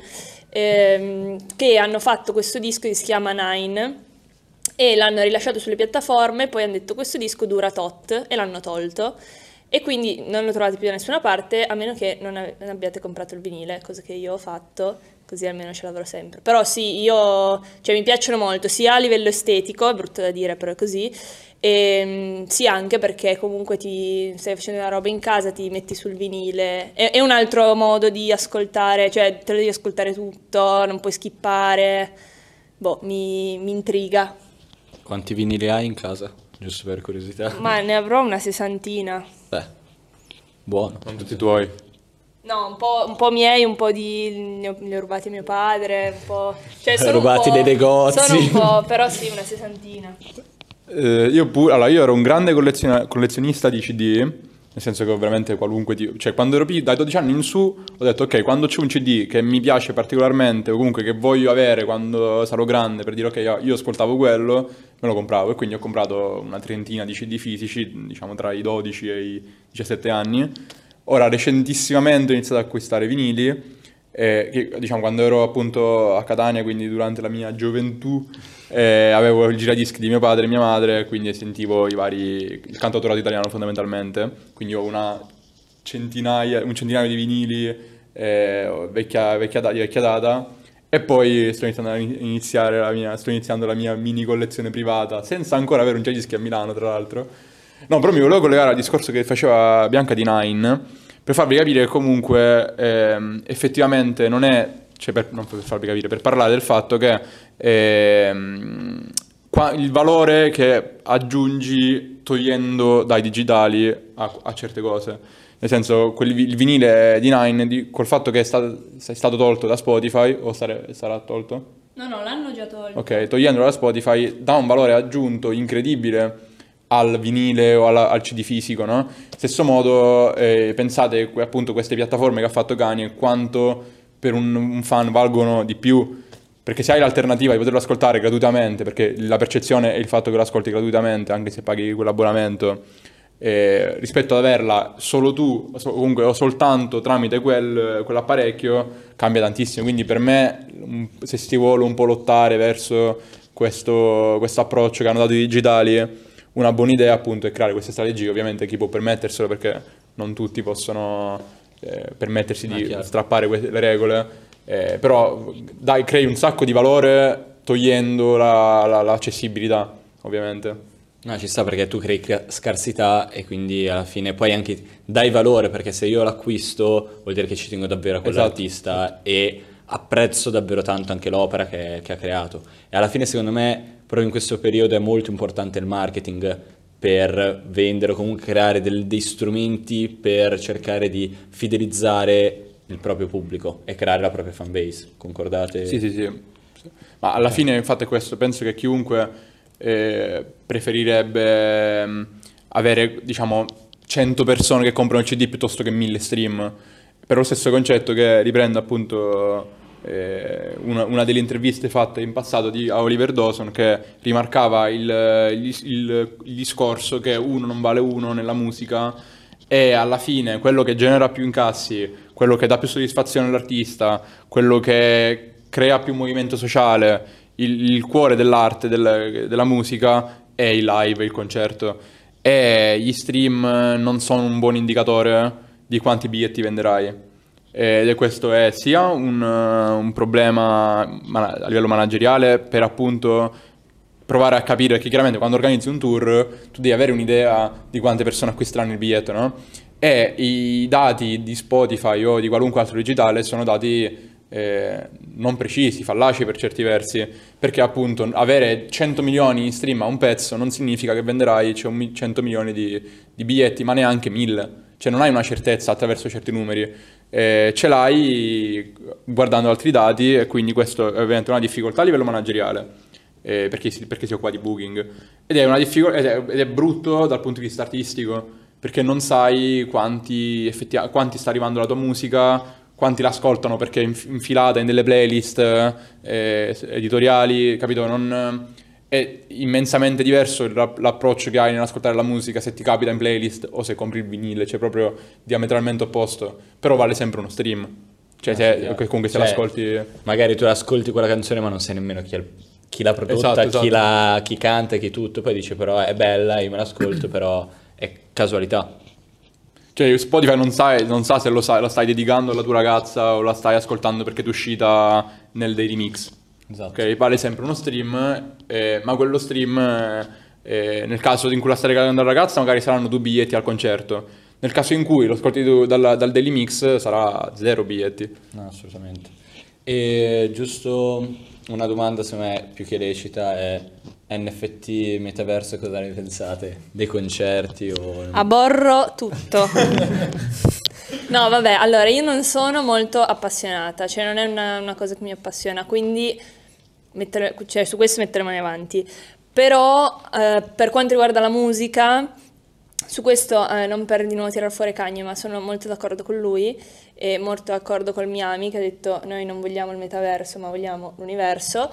che hanno fatto questo disco che si chiama Nine e l'hanno rilasciato sulle piattaforme, poi hanno detto questo disco dura tot e l'hanno tolto e quindi non lo trovate più da nessuna parte a meno che non abbiate comprato il vinile, cosa che io ho fatto, così almeno ce l'avrò sempre. Però sì, cioè, mi piacciono molto, sia a livello estetico, è brutto da dire però è così, e sì anche perché comunque ti stai facendo una roba in casa, ti metti sul vinile, è un altro modo di ascoltare, cioè te lo devi ascoltare tutto, non puoi skippare, mi intriga. Quanti vinili hai in casa? Giusto per curiosità. Ma ne avrò una 60. Beh, buono. Non tutti i tuoi. No, un po' miei, un po' li ho rubati a mio padre, un po'... Cioè sono Rubati un po', dai negozi. sono un po', però sì, una 60. Allora, io ero un grande collezionista di CD, nel senso che veramente qualunque tipo, cioè quando ero dai 12 anni in su ho detto ok, quando c'è un CD che mi piace particolarmente o comunque che voglio avere quando sarò grande, per dire ok, io ascoltavo quello, me lo compravo e quindi ho comprato una trentina di CD fisici, diciamo tra i 12 e i 17 anni. Ora recentissimamente ho iniziato ad acquistare vinili, che, diciamo quando ero appunto a Catania, quindi durante la mia gioventù, avevo il giradischi di mio padre e mia madre, quindi sentivo il cantautorato italiano fondamentalmente, quindi ho un centinaio di vinili di vecchia data, e poi sto iniziando la mia mini collezione privata, senza ancora avere un giradischi a Milano tra l'altro. No, però mi volevo collegare al discorso che faceva Bianca di Nine, per farvi capire che comunque effettivamente non è, cioè non per farvi capire, per parlare del fatto che il valore che aggiungi togliendo dai digitali a certe cose. Nel senso, il vinile di Nine, col fatto che è stato tolto da Spotify, o sarà tolto? No, l'hanno già tolto. Ok, togliendolo da Spotify, dà un valore aggiunto incredibile al vinile o al CD fisico, no? Stesso modo, pensate appunto queste piattaforme che ha fatto Kanye quanto per un fan valgono di più, perché se hai l'alternativa di poterlo ascoltare gratuitamente, perché la percezione è il fatto che lo ascolti gratuitamente anche se paghi quell'abbonamento, rispetto ad averla solo tu, comunque o soltanto tramite quell'apparecchio, cambia tantissimo. Quindi per me, se si vuole un po' lottare verso questo approccio che hanno dato i digitali, una buona idea appunto è creare queste strategie. Ovviamente chi può permetterselo, perché non tutti possono permettersi di strappare le regole, però dai, crei un sacco di valore togliendo l'accessibilità, ovviamente. No, ci sta, perché tu crei scarsità e quindi alla fine poi anche dai valore, perché se io l'acquisto vuol dire che ci tengo davvero a quell'artista e apprezzo davvero tanto anche l'opera che ha creato. E alla fine secondo me proprio in questo periodo è molto importante il marketing per vendere o comunque creare dei strumenti per cercare di fidelizzare il proprio pubblico e creare la propria fanbase. Concordate? Sì. Ma alla fine infatti è questo, penso che chiunque preferirebbe avere, diciamo, 100 persone che comprano il CD piuttosto che 1000 stream, per lo stesso concetto che riprende appunto una delle interviste fatte in passato a Oliver Dawson, che rimarcava il discorso che uno non vale uno nella musica, e alla fine quello che genera più incassi, quello che dà più soddisfazione all'artista, quello che crea più movimento sociale, il cuore dell'arte, della musica è il live, il concerto, e gli stream non sono un buon indicatore di quanti biglietti venderai, ed questo è sia un problema a livello manageriale per appunto provare a capire, perché chiaramente quando organizzi un tour tu devi avere un'idea di quante persone acquisteranno il biglietto, no? E i dati di Spotify o di qualunque altro digitale sono dati non precisi, fallaci per certi versi, perché appunto avere 100 milioni in stream a un pezzo non significa che venderai 100 milioni di biglietti, ma neanche 1000, cioè non hai una certezza attraverso certi numeri, ce l'hai guardando altri dati, e quindi questo è ovviamente una difficoltà a livello manageriale, perché si occupa di booking, ed è brutto dal punto di vista artistico, perché non sai quanti sta arrivando la tua musica, quanti l'ascoltano perché è infilata in delle playlist editoriali, capito? È immensamente diverso l'approccio che hai nell'ascoltare la musica se ti capita in playlist o se compri il vinile, cioè proprio diametralmente opposto, però vale sempre uno stream, cioè comunque se l'ascolti... Magari tu ascolti quella canzone ma non sai nemmeno chi l'ha prodotta, esatto. Chi canta, chi tutto, poi dice però è bella, io me l'ascolto, però è casualità. Cioè Spotify non sa se la stai dedicando alla tua ragazza o la stai ascoltando perché è uscita nel Daily Mix. Esatto. Ok, vale sempre uno stream, ma quello stream, nel caso in cui la stai regalando alla ragazza, magari saranno 2 biglietti al concerto. Nel caso in cui lo ascolti tu dal Daily Mix, sarà 0 biglietti. No, assolutamente. E giusto una domanda, secondo me più che lecita, è NFT, metaverso, cosa ne pensate? Dei concerti o... Aborro tutto. No, vabbè, allora io non sono molto appassionata, cioè non è una cosa che mi appassiona, quindi su questo mettere mani avanti. Però per quanto riguarda la musica, su questo non per di nuovo tirare fuori Kanye, ma sono molto d'accordo con lui e molto d'accordo con Miami, che ha detto noi non vogliamo il metaverso ma vogliamo l'universo.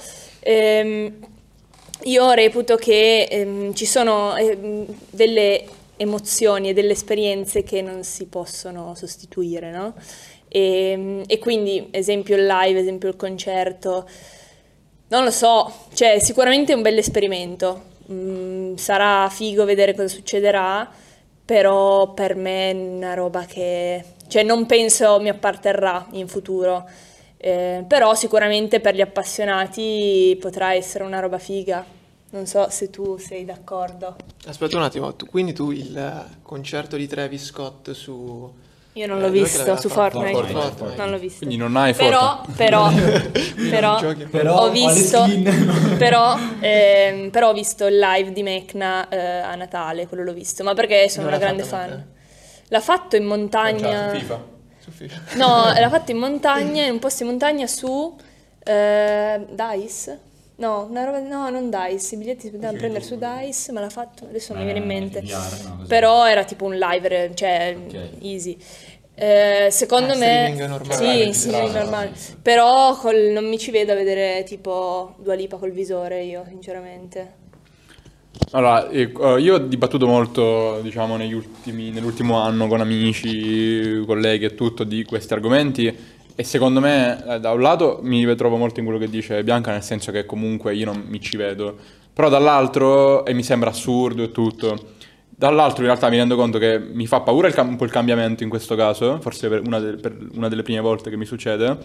Io reputo che ci sono delle emozioni e delle esperienze che non si possono sostituire, no? E quindi esempio il live, esempio il concerto, non lo so, cioè sicuramente è un bel esperimento, sarà figo vedere cosa succederà, però per me è una roba che, cioè non penso mi apparterrà in futuro, però sicuramente per gli appassionati potrà essere una roba figa. Non so se tu sei d'accordo. Aspetta un attimo, quindi tu il concerto di Travis Scott su... Io non l'ho visto su Fortnite. Non l'ho visto. Quindi non hai Fortnite. Però ho visto però ho visto il live di Mecna a Natale, quello l'ho visto, ma perché sono una grande fan. L'ha fatto in montagna. Su FIFA. No, l'ha fatto in montagna, in un posto in montagna su Dice. No, una roba, no, non Dice, i biglietti si potevano prendere su Dice, me l'ha fatto, adesso non mi viene in mente. Però era tipo un live, cioè easy. Secondo me streaming normale. sì, streaming normale. Però non mi ci vedo a vedere tipo Dua Lipa col visore io, sinceramente. Allora, io ho dibattuto molto, diciamo, nell'ultimo anno con amici, colleghi e tutto di questi argomenti e secondo me, da un lato mi ritrovo molto in quello che dice Bianca, nel senso che comunque io non mi ci vedo, però dall'altro, e mi sembra assurdo e tutto, dall'altro in realtà mi rendo conto che mi fa paura un po' il cambiamento in questo caso, forse per una delle prime volte che mi succede,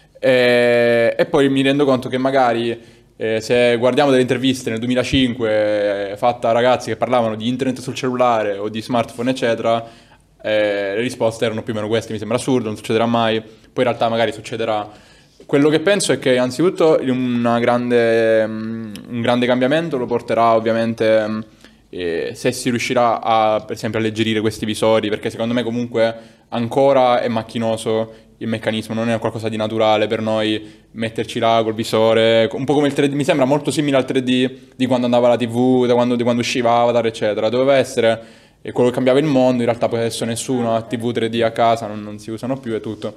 e poi mi rendo conto che magari se guardiamo delle interviste nel 2005 fatte a ragazzi che parlavano di internet sul cellulare o di smartphone eccetera, le risposte erano più o meno queste, mi sembra assurdo, non succederà mai, poi in realtà magari succederà. Quello che penso è che innanzitutto un grande cambiamento lo porterà ovviamente se si riuscirà per esempio a alleggerire questi visori, perché secondo me comunque ancora è macchinoso il meccanismo, non è qualcosa di naturale per noi metterci là col visore, un po' come il 3D, mi sembra molto simile al 3D di quando andava la TV, di quando usciva Avatar eccetera, doveva essere quello che cambiava il mondo, in realtà poi adesso nessuno ha TV 3D a casa, non si usano più e tutto.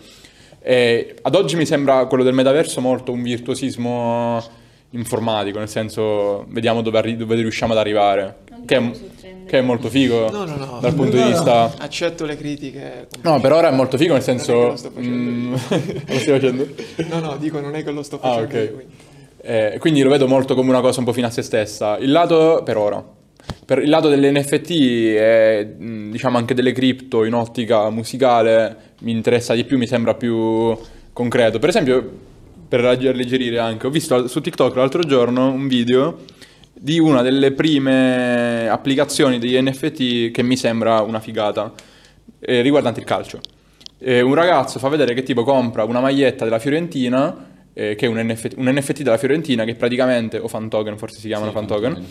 Ad oggi mi sembra quello del metaverso molto un virtuosismo informatico, nel senso vediamo dove riusciamo ad arrivare, che è molto figo No. dal punto di vista... Accetto le critiche. No, per ora è molto figo, nel senso... Non è che lo sto facendo Lo stai facendo? No, dico non è che lo sto facendo ok. io, quindi. Quindi lo vedo molto come una cosa un po' fine a se stessa. Il lato, per ora, per il lato delle NFT e diciamo anche delle cripto in ottica musicale mi interessa di più, mi sembra più concreto. Per esempio, per alleggerire anche, ho visto su TikTok l'altro giorno un video di una delle prime applicazioni degli NFT che mi sembra una figata, riguardante il calcio. Un ragazzo fa vedere che tipo compra una maglietta della Fiorentina, che è un NFT della Fiorentina, che praticamente, o fan token, forse si chiamano fan token,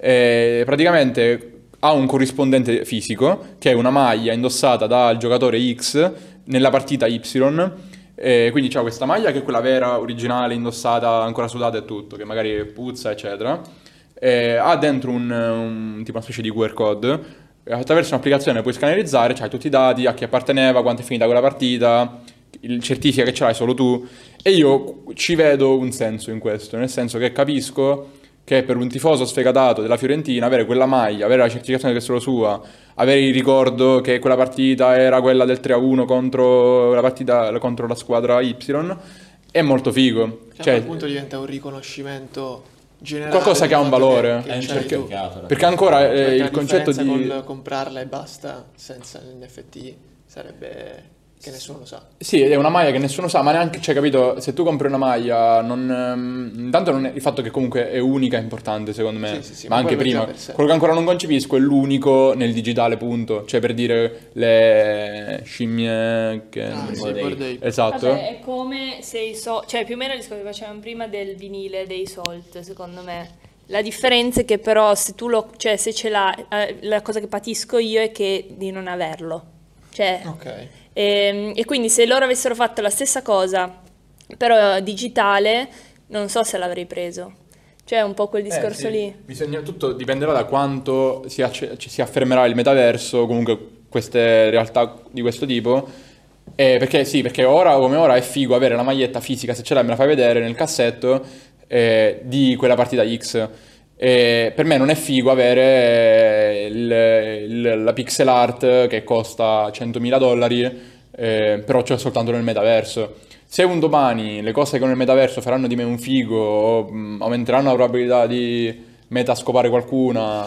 praticamente ha un corrispondente fisico, che è una maglia indossata dal giocatore X nella partita Y, quindi c'ha questa maglia che è quella vera, originale, indossata, ancora sudata e tutto, che magari puzza, eccetera. Ha dentro tipo una specie di QR code, attraverso un'applicazione puoi scannerizzare, c'hai tutti i dati, a chi apparteneva, quanto è finita quella partita, il certifica che ce l'hai solo tu, e io ci vedo un senso in questo, nel senso che capisco che per un tifoso sfegatato della Fiorentina avere quella maglia, avere la certificazione che è solo sua, avere il ricordo che quella partita era quella del 3-1 contro la squadra Y, è molto figo. Cioè, a quel punto diventa un riconoscimento generale, qualcosa che ha un valore, che perché ancora perché il la concetto differenza di... col comprarla e basta senza l'NFT sarebbe che nessuno lo sa. Sì, è una maglia che nessuno sa, ma neanche, cioè, capito, se tu compri una maglia, intanto non è, il fatto che comunque è unica è importante secondo me, Sì, ma anche prima. Quello che ancora non concepisco è l'unico nel digitale, punto. Cioè, per dire le scimmie che... Esatto. Vabbè, è come se cioè più o meno il discorso che facevamo prima del vinile dei Salt, secondo me. La differenza è che però se tu cioè se ce l'hai, la cosa che patisco io è che di non averlo. Cioè... Ok. E quindi se loro avessero fatto la stessa cosa, però digitale, non so se l'avrei preso. Cioè un po' quel discorso lì. Tutto dipenderà da quanto si affermerà il metaverso, comunque queste realtà di questo tipo. Perché ora come ora è figo avere la maglietta fisica, se ce l'hai me la fai vedere nel cassetto, di quella partita X. Per me non è figo avere la pixel art che costa $100.000, però c'è soltanto nel metaverso. Se un domani le cose che nel metaverso faranno di me un figo, o aumenteranno la probabilità di metascopare qualcuna,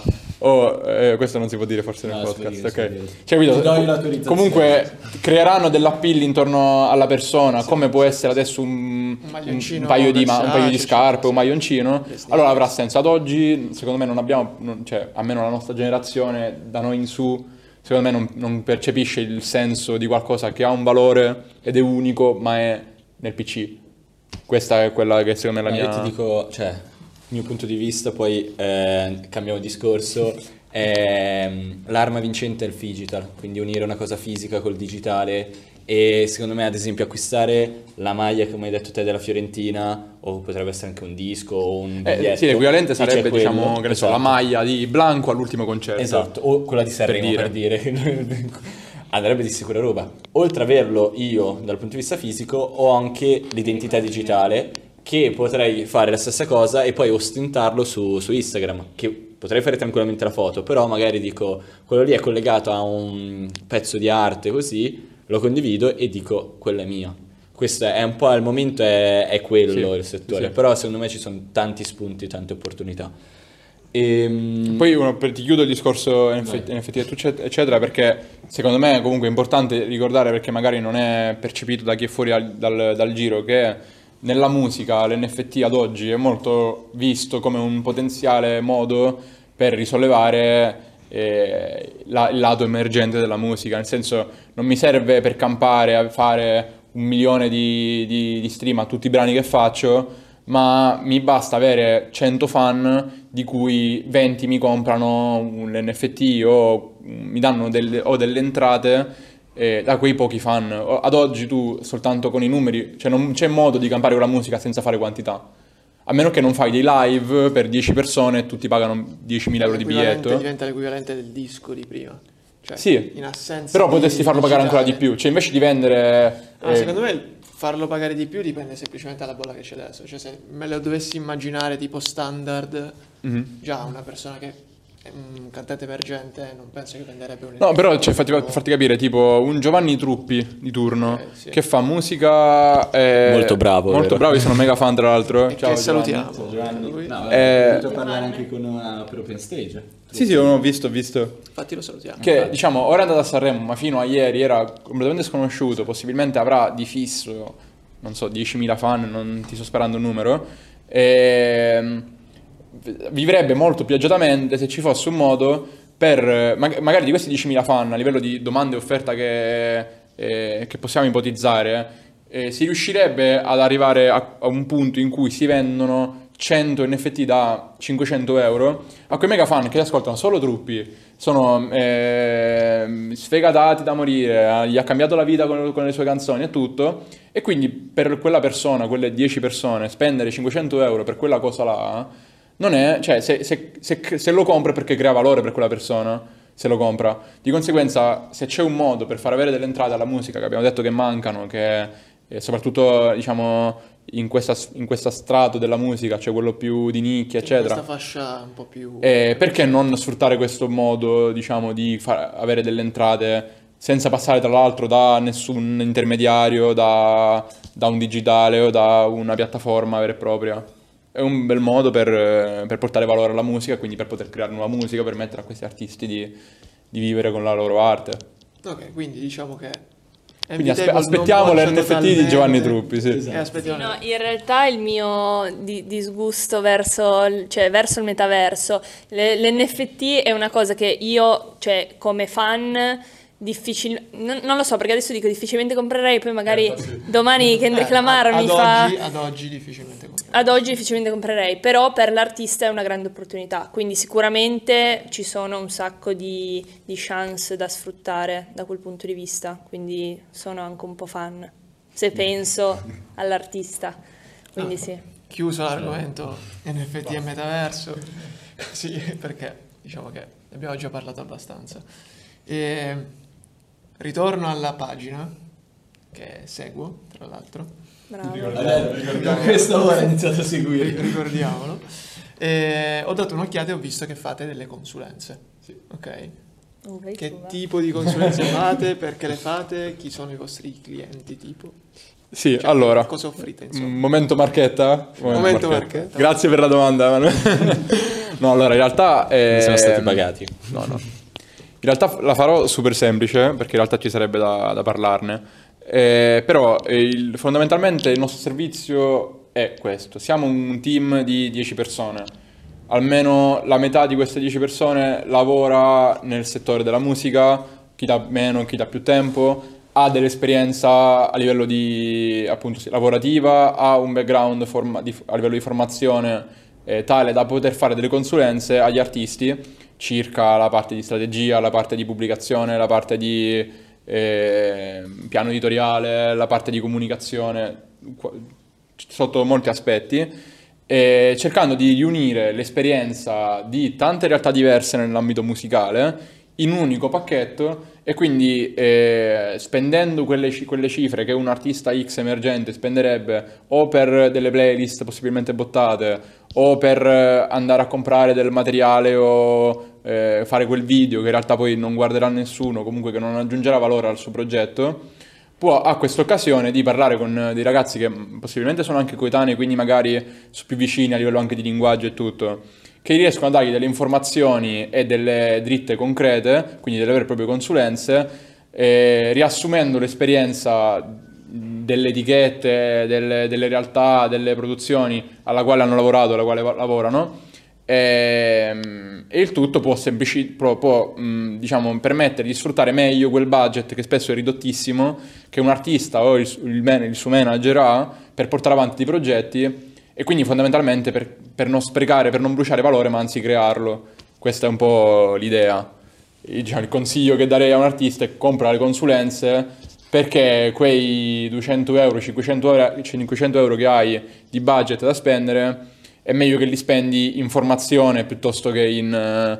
o questo non si può dire forse nel podcast, ok? Cioè, comunque creeranno dell'appeal intorno alla persona, come può essere adesso un paio di scarpe, un maglioncino, allora avrà senso. Ad oggi, secondo me, non abbiamo, cioè, almeno la nostra generazione, da noi in su, secondo me non percepisce il senso di qualcosa che ha un valore ed è unico, ma è nel PC. Questa è quella che secondo me è la mia... Io ti dico, cioè, il mio punto di vista, poi cambiamo discorso, l'arma vincente è il digital, quindi unire una cosa fisica col digitale E secondo me, ad esempio, acquistare la maglia, come hai detto te, della Fiorentina, o potrebbe essere anche un disco o un biglietto. Sì, l'equivalente dice sarebbe, quello, diciamo, che ne so, la esatto. maglia di Blanco all'ultimo concerto. Esatto, o quella di Sanremo, per dire. Andrebbe di sicura roba. Oltre a averlo io dal punto di vista fisico, ho anche l'identità digitale, che potrei fare la stessa cosa e poi ostentarlo su Instagram, che potrei fare tranquillamente la foto, però magari dico, quello lì è collegato a un pezzo di arte, così lo condivido e dico, quello è mio. Questo è un po' al momento è quello Sì, il settore, sì. però secondo me ci sono tanti spunti, tante opportunità. Poi ti chiudo il discorso NFT eccetera, perché secondo me comunque è importante ricordare, perché magari non è percepito da chi è fuori dal giro, che nella musica l'NFT ad oggi è molto visto come un potenziale modo per risollevare il lato emergente della musica, nel senso, non mi serve per campare a fare 1 milione di stream a tutti i brani che faccio, ma mi basta avere 100 fan di cui 20 mi comprano un NFT o mi danno delle entrate da quei pochi fan. Ad oggi tu soltanto con i numeri, cioè non c'è modo di campare con la musica senza fare quantità. A meno che non fai dei live per 10 persone e tutti pagano 10.000 euro di biglietto. Diventa l'equivalente del disco di prima. Cioè, Sì, in assenza però di potresti farlo pagare ancora di digitale. più. Cioè invece di vendere... Secondo me farlo pagare di più dipende semplicemente dalla bolla che c'è adesso. Cioè, se me lo dovessi immaginare tipo standard, già una persona che è un cantante emergente non penso che venderebbe un... No, però cioè, per farti capire, tipo un Giovanni Truppi di turno sì. che fa musica Molto bravo, molto vero? bravo, io sono mega fan tra l'altro. E Ciao, che salutiamo. Giovanni. Lui. No, Eh, potuto parlare anche con una per Open Stage. Sì, ho visto. Infatti lo salutiamo. Che diciamo, ora è andato a Sanremo, ma fino a ieri era completamente sconosciuto, possibilmente avrà di fisso, non so, 10.000 fan, non ti sto sparando un numero. Vivrebbe molto più agiatamente se ci fosse un modo per, magari di questi 10.000 fan, a livello di domanda e offerta che possiamo ipotizzare, si riuscirebbe ad arrivare a un punto in cui si vendono 100 NFT da 500 euro a quei mega fan che ascoltano solo Truppi, sono sfegatati da morire, gli ha cambiato la vita con le sue canzoni e tutto, e quindi per quella persona, quelle 10 persone, spendere 500 euro per quella cosa là non è, cioè se lo compra è perché crea valore per quella persona, se lo compra. Di conseguenza, se c'è un modo per far avere delle entrate alla musica, che abbiamo detto che mancano, che soprattutto diciamo in questa strato della musica, cioè quello più di nicchia, eccetera. Questa fascia un po' più... Perché non sfruttare questo modo, diciamo, di avere delle entrate senza passare tra l'altro da nessun intermediario, da un digitale o da una piattaforma vera e propria? È un bel modo per portare valore alla musica, quindi per poter creare nuova musica, permettere a questi artisti di vivere con la loro arte. Ok, quindi diciamo che... Quindi aspettiamo l'NFT di Giovanni Truppi, sì. Aspettiamo. No, in realtà il mio disgusto verso il metaverso, l'NFT è una cosa che io, cioè come fan, non lo so, perché adesso dico difficilmente comprerei, poi magari domani Kendrick Lamar mi fa... Ad oggi difficilmente comprerei. Ad oggi difficilmente comprerei, però per l'artista è una grande opportunità, quindi sicuramente ci sono un sacco di chance da sfruttare da quel punto di vista, quindi sono anche un po' fan, se penso all'artista, quindi sì. Chiuso l'argomento NFT e metaverso, sì, perché diciamo che ne abbiamo già parlato abbastanza. E ritorno alla pagina che seguo, tra l'altro. Bravo. Questa ora ho iniziato a seguire. Ricordiamolo. Ho dato un'occhiata e ho visto che fate delle consulenze. Ok. Che tipo di consulenze fate? Perché le fate? Chi sono i vostri clienti tipo? Sì, Cioè, allora, cosa offrite, insomma? momento marchetta? Momento marchetta. Grazie per la domanda. No, allora, in realtà... Siamo stati pagati. No. In realtà la farò super semplice, perché in realtà ci sarebbe da parlarne. Però fondamentalmente il nostro servizio è questo. Siamo un team di 10 persone. Almeno la metà di queste 10 persone lavora nel settore della musica, chi dà meno, chi dà più tempo, ha dell'esperienza a livello di, appunto, lavorativa, ha un background a livello di formazione tale da poter fare delle consulenze agli artisti circa la parte di strategia, la parte di pubblicazione, la parte di piano editoriale, la parte di comunicazione, sotto molti aspetti, cercando di riunire l'esperienza di tante realtà diverse nell'ambito musicale in un unico pacchetto, e quindi spendendo quelle cifre che un artista X emergente spenderebbe o per delle playlist possibilmente bottate o per andare a comprare del materiale o fare quel video che in realtà poi non guarderà nessuno, comunque che non aggiungerà valore al suo progetto, ha questa occasione di parlare con dei ragazzi che possibilmente sono anche coetanei, quindi magari sono più vicini a livello anche di linguaggio e tutto, che riescono a dargli delle informazioni e delle dritte concrete, quindi delle vere e proprie consulenze, riassumendo l'esperienza delle etichette, delle realtà, delle produzioni alla quale hanno lavorato, alla quale lavorano, e il tutto può diciamo, permettere di sfruttare meglio quel budget che spesso è ridottissimo, che un artista o il suo manager ha per portare avanti i progetti, e quindi fondamentalmente per non sprecare, per non bruciare valore, ma anzi crearlo. Questa è un po' l'idea. Diciamo, il consiglio che darei a un artista è: compra le consulenze, perché quei 200 euro, 500 euro che hai di budget da spendere è meglio che li spendi in formazione piuttosto che in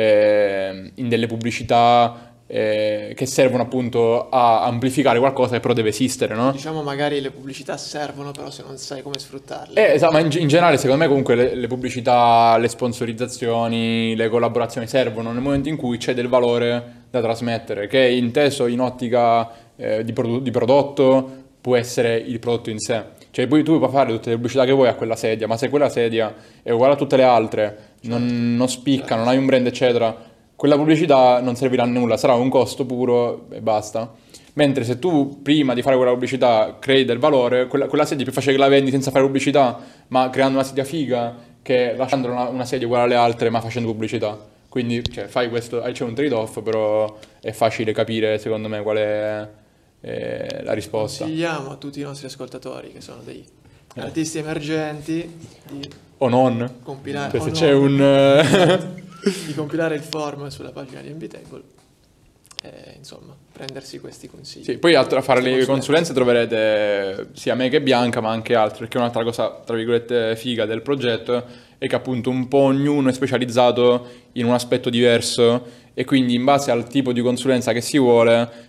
delle pubblicità che servono appunto a amplificare qualcosa che però deve esistere, no? Diciamo magari le pubblicità servono, però se non sai come sfruttarle. Esatto, ma in generale secondo me comunque le pubblicità, le sponsorizzazioni, le collaborazioni servono nel momento in cui c'è del valore da trasmettere, che inteso in ottica di prodotto può essere il prodotto in sé. Cioè poi tu puoi fare tutte le pubblicità che vuoi a quella sedia, ma se quella sedia è uguale a tutte le altre, non spicca, non hai un brand eccetera, quella pubblicità non servirà a nulla, sarà un costo puro e basta. Mentre se tu prima di fare quella pubblicità crei del valore, quella sedia è più facile che la vendi senza fare pubblicità, ma creando una sedia figa, che lasciando una sedia uguale alle altre ma facendo pubblicità. Quindi cioè, fai questo, c'è un trade-off, però è facile capire secondo me qual è la risposta. Consigliamo a tutti i nostri ascoltatori, che sono dei artisti emergenti, di O non, compilare, se c'è un... di compilare il form sulla pagina di Invitable e insomma prendersi questi consigli. Sì, poi a fare le consulenze troverete sia me che Bianca, ma anche altri, perché un'altra cosa tra virgolette figa del progetto è che appunto un po' ognuno è specializzato in un aspetto diverso, e quindi in base al tipo di consulenza che si vuole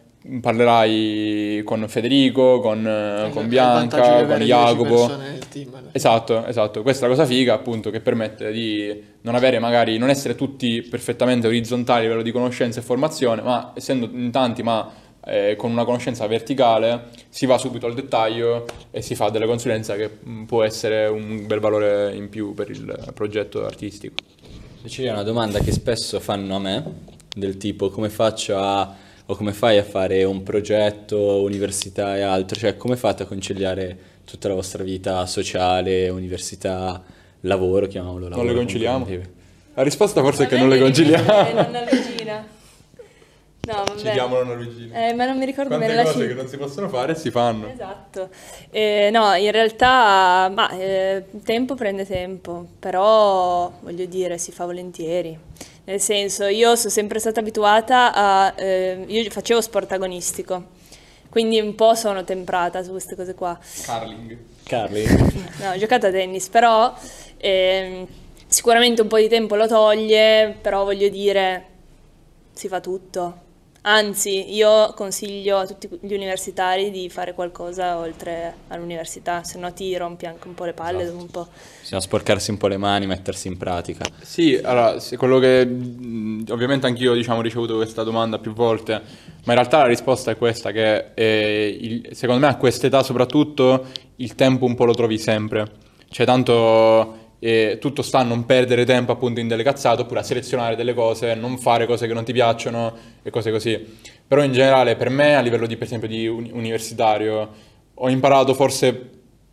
parlerai con Federico, con Bianca, con Jacopo. Esatto, questa è la cosa figa appunto, che permette di non avere magari, non essere tutti perfettamente orizzontali a livello di conoscenza e formazione, ma essendo in tanti ma con una conoscenza verticale si va subito al dettaglio e si fa delle consulenze che può essere un bel valore in più per il progetto artistico. C'è una domanda che spesso fanno a me, del tipo: come faccio o come fai a fare un progetto, università e altro? Cioè, come fate a conciliare tutta la vostra vita sociale, università, lavoro, chiamiamolo lavoro? Non le conciliamo? La risposta forse è che non le conciliamo. La norvegina. No, vabbè. Ci diamo la norvegina. Ma non mi ricordo Quante bene la cose cifra. che non si possono fare si fanno. Esatto. No, in realtà, tempo prende tempo, però voglio dire, si fa volentieri. Nel senso, io sono sempre stata abituata io facevo sport agonistico, quindi un po' sono temprata su queste cose qua. Carli? No, ho giocato a tennis, però sicuramente un po' di tempo lo toglie, però voglio dire, si fa tutto. Anzi, io consiglio a tutti gli universitari di fare qualcosa oltre all'università, se no ti rompi anche un po' le palle dopo un po'. Bisogna sporcarsi un po' le mani, mettersi in pratica. Sì, allora, quello che ovviamente anch'io diciamo ho ricevuto questa domanda più volte, ma in realtà la risposta è questa, che secondo me a quest'età soprattutto il tempo un po' lo trovi sempre. Cioè tanto tutto sta a non perdere tempo appunto in delle cazzate, oppure a selezionare delle cose, non fare cose che non ti piacciono e cose così. Però in generale per me a livello di, per esempio, di universitario ho imparato forse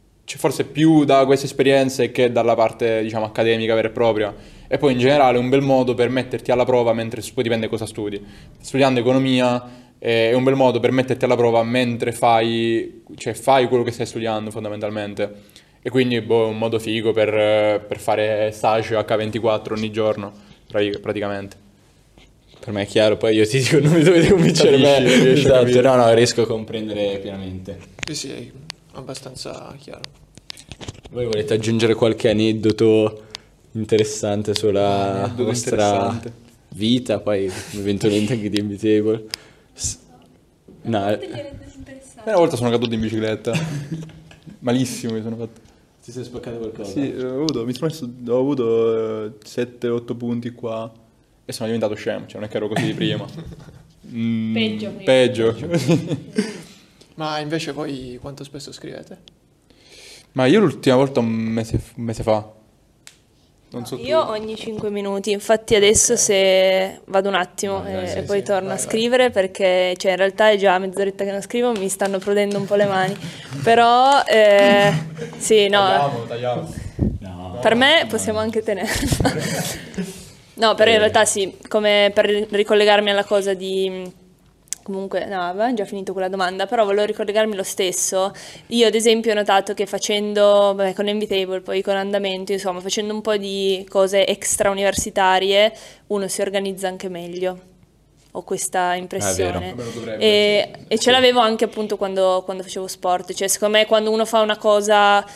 più da queste esperienze che dalla parte diciamo accademica vera e propria, e poi in generale è un bel modo per metterti alla prova mentre, poi dipende cosa studi. Studiando economia è un bel modo per metterti alla prova mentre fai quello che stai studiando fondamentalmente. E quindi è un modo figo per fare stage H24 ogni giorno, praticamente. Per me è chiaro, poi io ti dico non mi dovete convincere me. Riesci a Esatto, capire. no, riesco a comprendere pienamente. Sì, è abbastanza chiaro. Voi volete aggiungere qualche aneddoto interessante sulla Aneddoto vostra interessante. vita, poi eventualmente anche di Invitable? No, Una volta sono caduto in bicicletta. Malissimo mi sono fatto. ti sei spaccato qualcosa? Sì, ho avuto 7-8 punti qua e sono diventato scemo, cioè non è che ero così prima. Peggio. Peggio. Ma invece voi quanto spesso scrivete? Ma io l'ultima volta un mese fa. Non so tu. Io ogni 5 minuti, infatti adesso se vado un attimo e poi torno a scrivere perché cioè, in realtà è già mezz'oretta che non scrivo, mi stanno prudendo un po' le mani, però sì, no, Tagliamo. No. per me possiamo anche tenerla. No, però in realtà sì, come per ricollegarmi alla cosa di... Comunque, no, avevamo già finito quella domanda, però volevo ricollegarmi lo stesso. Io, ad esempio, ho notato che facendo, con Invitable, poi con Andamento, insomma, facendo un po' di cose extra universitarie, uno si organizza anche meglio. Ho questa impressione. E ce l'avevo anche appunto quando facevo sport. Cioè, secondo me, quando uno fa una cosa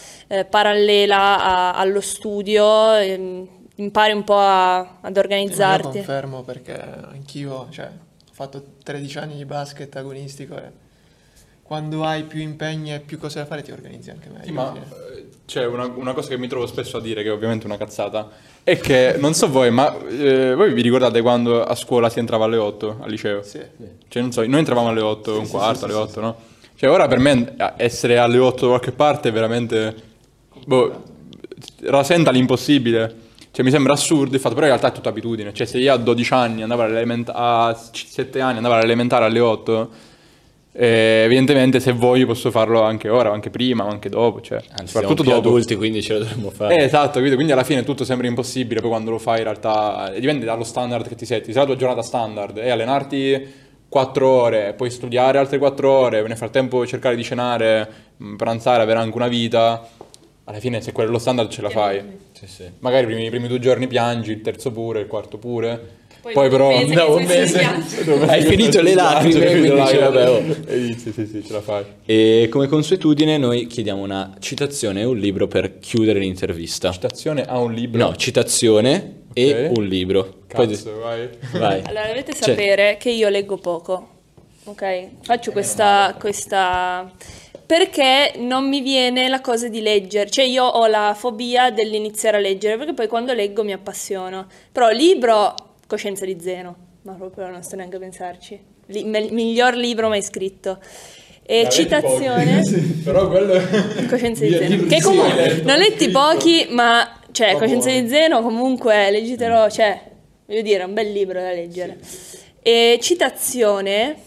parallela allo studio, impari un po' ad Io organizzarti. confermo perché anch'io, cioè, ho fatto 13 anni di basket agonistico e quando hai più impegni e più cose da fare ti organizzi anche meglio. Sì, ma alla fine. c'è una cosa che mi trovo spesso a dire, che è ovviamente una cazzata, è che, non so voi, ma voi vi ricordate quando a scuola si entrava alle 8 al liceo? Sì. Cioè, non so, noi entravamo alle 8, un quarto, alle 8, no? Cioè, ora per me essere alle 8 da qualche parte è veramente... Boh, rasenta l'impossibile. Cioè, mi sembra assurdo il fatto, però in realtà è tutta abitudine. Cioè, se io a 12 anni andavo a 7 anni andavo all'elementare alle 8, evidentemente se voglio posso farlo anche ora, o anche prima, o anche dopo. Cioè, Anzi, siamo più dopo. adulti, quindi ce lo dovremmo fare. Esatto, capito? Quindi alla fine tutto sembra impossibile, poi quando lo fai in realtà dipende dallo standard che ti setti. Se la tua giornata standard è allenarti 4 ore, poi studiare altre 4 ore, nel frattempo cercare di cenare, pranzare, avere anche una vita, alla fine se quello è lo standard ce la fai. Sì, sì. Magari i primi 2 giorni piangi, il terzo pure, il quarto pure. Poi Poi però un mese dopo che un sei mese Hai finito le lacrime, quindi dici, vabbè, oh. Sì, ce la fai. E come consuetudine noi chiediamo una citazione e un libro per chiudere l'intervista. Citazione a un libro. No, citazione e Ok. un libro. Cazzo, vai. Vai. Allora, dovete Cioè- sapere che io leggo poco, ok? Faccio questa... Perché non mi viene la cosa di leggere, cioè io ho la fobia dell'iniziare a leggere, perché poi quando leggo mi appassiono. Però libro, coscienza di zero, ma proprio non sto neanche a pensarci. Miglior libro mai scritto. E citazione... Però quello... Coscienza di Zeno, che comunque non letti pochi, ma cioè Coscienza di Zeno comunque leggitelo, cioè voglio dire, è un bel libro da leggere. E citazione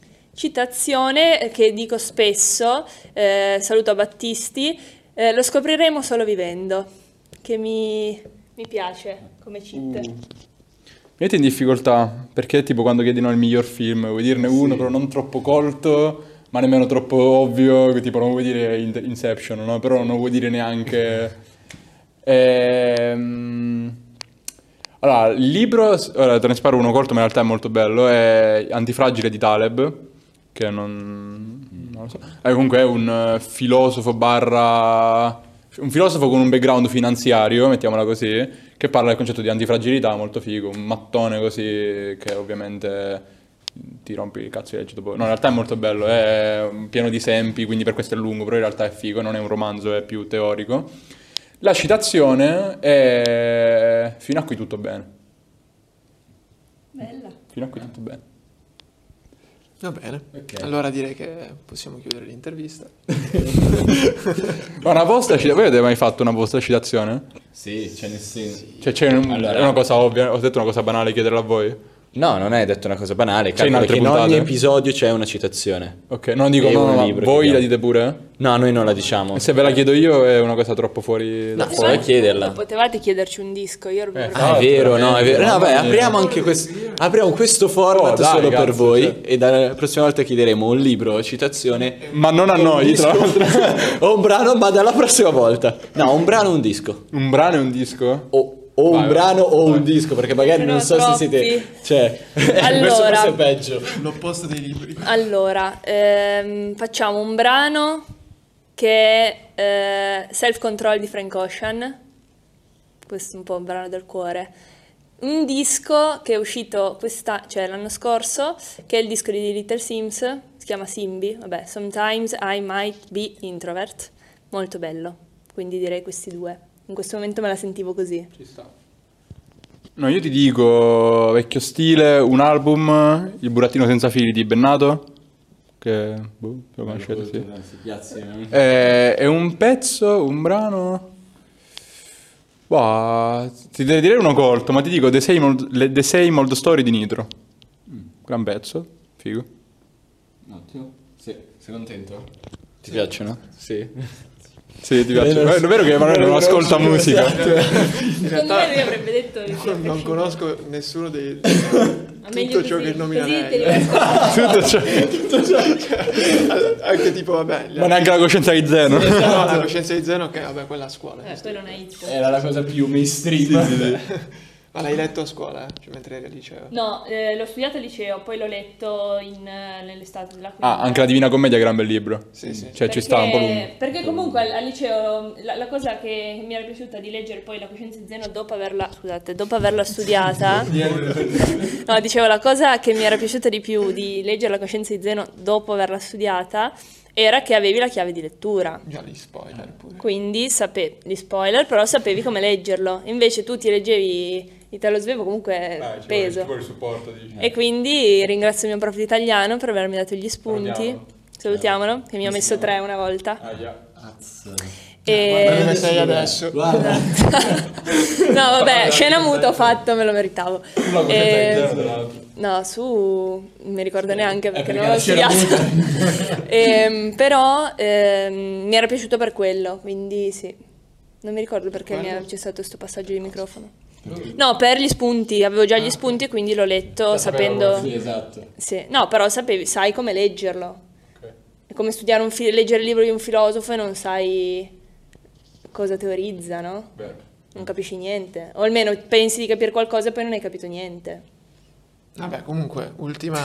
che dico spesso, saluto a Battisti, lo scopriremo solo vivendo, che mi piace come cheat. Metti in difficoltà, perché tipo quando chiedono il miglior film, vuoi dirne uno però non troppo colto, ma nemmeno troppo ovvio, che tipo non vuoi dire Inception, no? Però non vuoi dire neanche... Allora, il libro, ora te ne sparo uno corto ma in realtà è molto bello, è Antifragile di Taleb, che non lo so. Comunque è un filosofo un filosofo con un background finanziario, mettiamola così, che parla del concetto di antifragilità, molto figo, un mattone così che ovviamente ti rompi il cazzo di legge dopo. No, in realtà è molto bello, è pieno di esempi, quindi per questo è lungo, però in realtà è figo, non è un romanzo, è più teorico. La citazione è fino a qui tutto bene. Bella. Fino a qui tutto bene. Va bene, Ok. allora direi che possiamo chiudere l'intervista. Ma una posta voi avete mai fatto una posta citazione? Sì, c'è nel senso. Cioè Allora- è una cosa ovvia, ho detto una cosa banale chiederla a voi? No, non hai detto una cosa banale. C'è in Calcola altre che in ogni puntate? episodio c'è una citazione. Ok, non dico E no, un ma libro voi chiediamo. la dite pure? No, noi non la diciamo. E se ve la chiedo io è una cosa troppo fuori da No, puoi chiederla. Potevate chiederci un disco, io ero Ah, è vero, no, è vero. No, Mamma vabbè, mia. apriamo anche apriamo questo format Oh, dai, solo per cazzo, voi cioè. e dalla prossima volta chiederemo un libro, citazione Ma non a un noi, tra disco. l'altro. o un brano, ma dalla prossima volta. No, un brano, un disco. Un brano e un disco? O o un Vai, brano o un disco, perché magari Ce ne non ho so se troppi. siete... Cioè, questo Allora. forse è peggio. L'opposto dei libri. Allora, facciamo un brano che è Self Control di Frank Ocean, questo è un po' un brano del cuore. Un disco che è uscito l'anno scorso, che è il disco di Little Sims, si chiama Simbi, vabbè, Sometimes I Might Be Introvert, molto bello, quindi direi questi due. In questo momento me la sentivo così. Ci sta. No, io ti dico, vecchio stile, un album, Il burattino senza fili di Bennato, che lo conoscete, sì. È un pezzo, un brano... Boh, ti devo dire uno colto, ma ti dico The Same Old Story di Nitro. Gran pezzo, figo. Ottimo. Sì, sei contento? Ti piacciono? Sì. Sì, ti piace. È vero che Emanuele non ascolta musica. In Secondo me lui realtà avrebbe detto che sia non piaciuto. conosco nessuno dei... Ma meglio tutto ciò così, che nomina così lei. te li ascolti. Tutto ciò. Anche tipo, vabbè... Ma neanche la coscienza di Zeno. No, la coscienza di Zeno, che vabbè, quella a scuola. Poi non hai visto. Era la cosa più mainstream. Ma l'hai letto a scuola, cioè mentre eri al liceo? No, l'ho studiato al liceo, poi l'ho letto nell'estate della quinta. Ah, anche la Divina Commedia è gran bel libro. Sì, sì. Cioè ci sta un po' lungo. Perché comunque al liceo la cosa che mi era piaciuta di leggere poi la coscienza di Zeno dopo averla studiata. No, dicevo, la cosa che mi era piaciuta di più di leggere la coscienza di Zeno dopo averla studiata era che avevi la chiave di lettura. Già gli spoiler pure. Quindi gli spoiler, però sapevi come leggerlo. Invece tu ti leggevi Italo Svevo, comunque peso. il supporto, dici. E quindi ringrazio il mio prof di italiano per avermi dato gli spunti. Salutiamolo, che mi ha messo 3 una volta. Ah, già. Guarda dove E... sei adesso. Guarda. No, vabbè, scena muta ho fatto, me lo meritavo. E... tra l'altro. No, su, non mi ricordo neanche perché perché non l'ho la scena studiato. Però mi era piaciuto per quello, quindi sì. Non mi ricordo perché c'è stato questo passaggio di microfono. No, per gli spunti, avevo già gli spunti e quindi l'ho letto sapendo... Sì, esatto. Sì. No, però sai come leggerlo. Ok. È come studiare leggere il libro di un filosofo e non sai cosa teorizza, no? Vero. Non capisci niente. O almeno pensi di capire qualcosa e poi non hai capito niente. Vabbè, comunque, ultima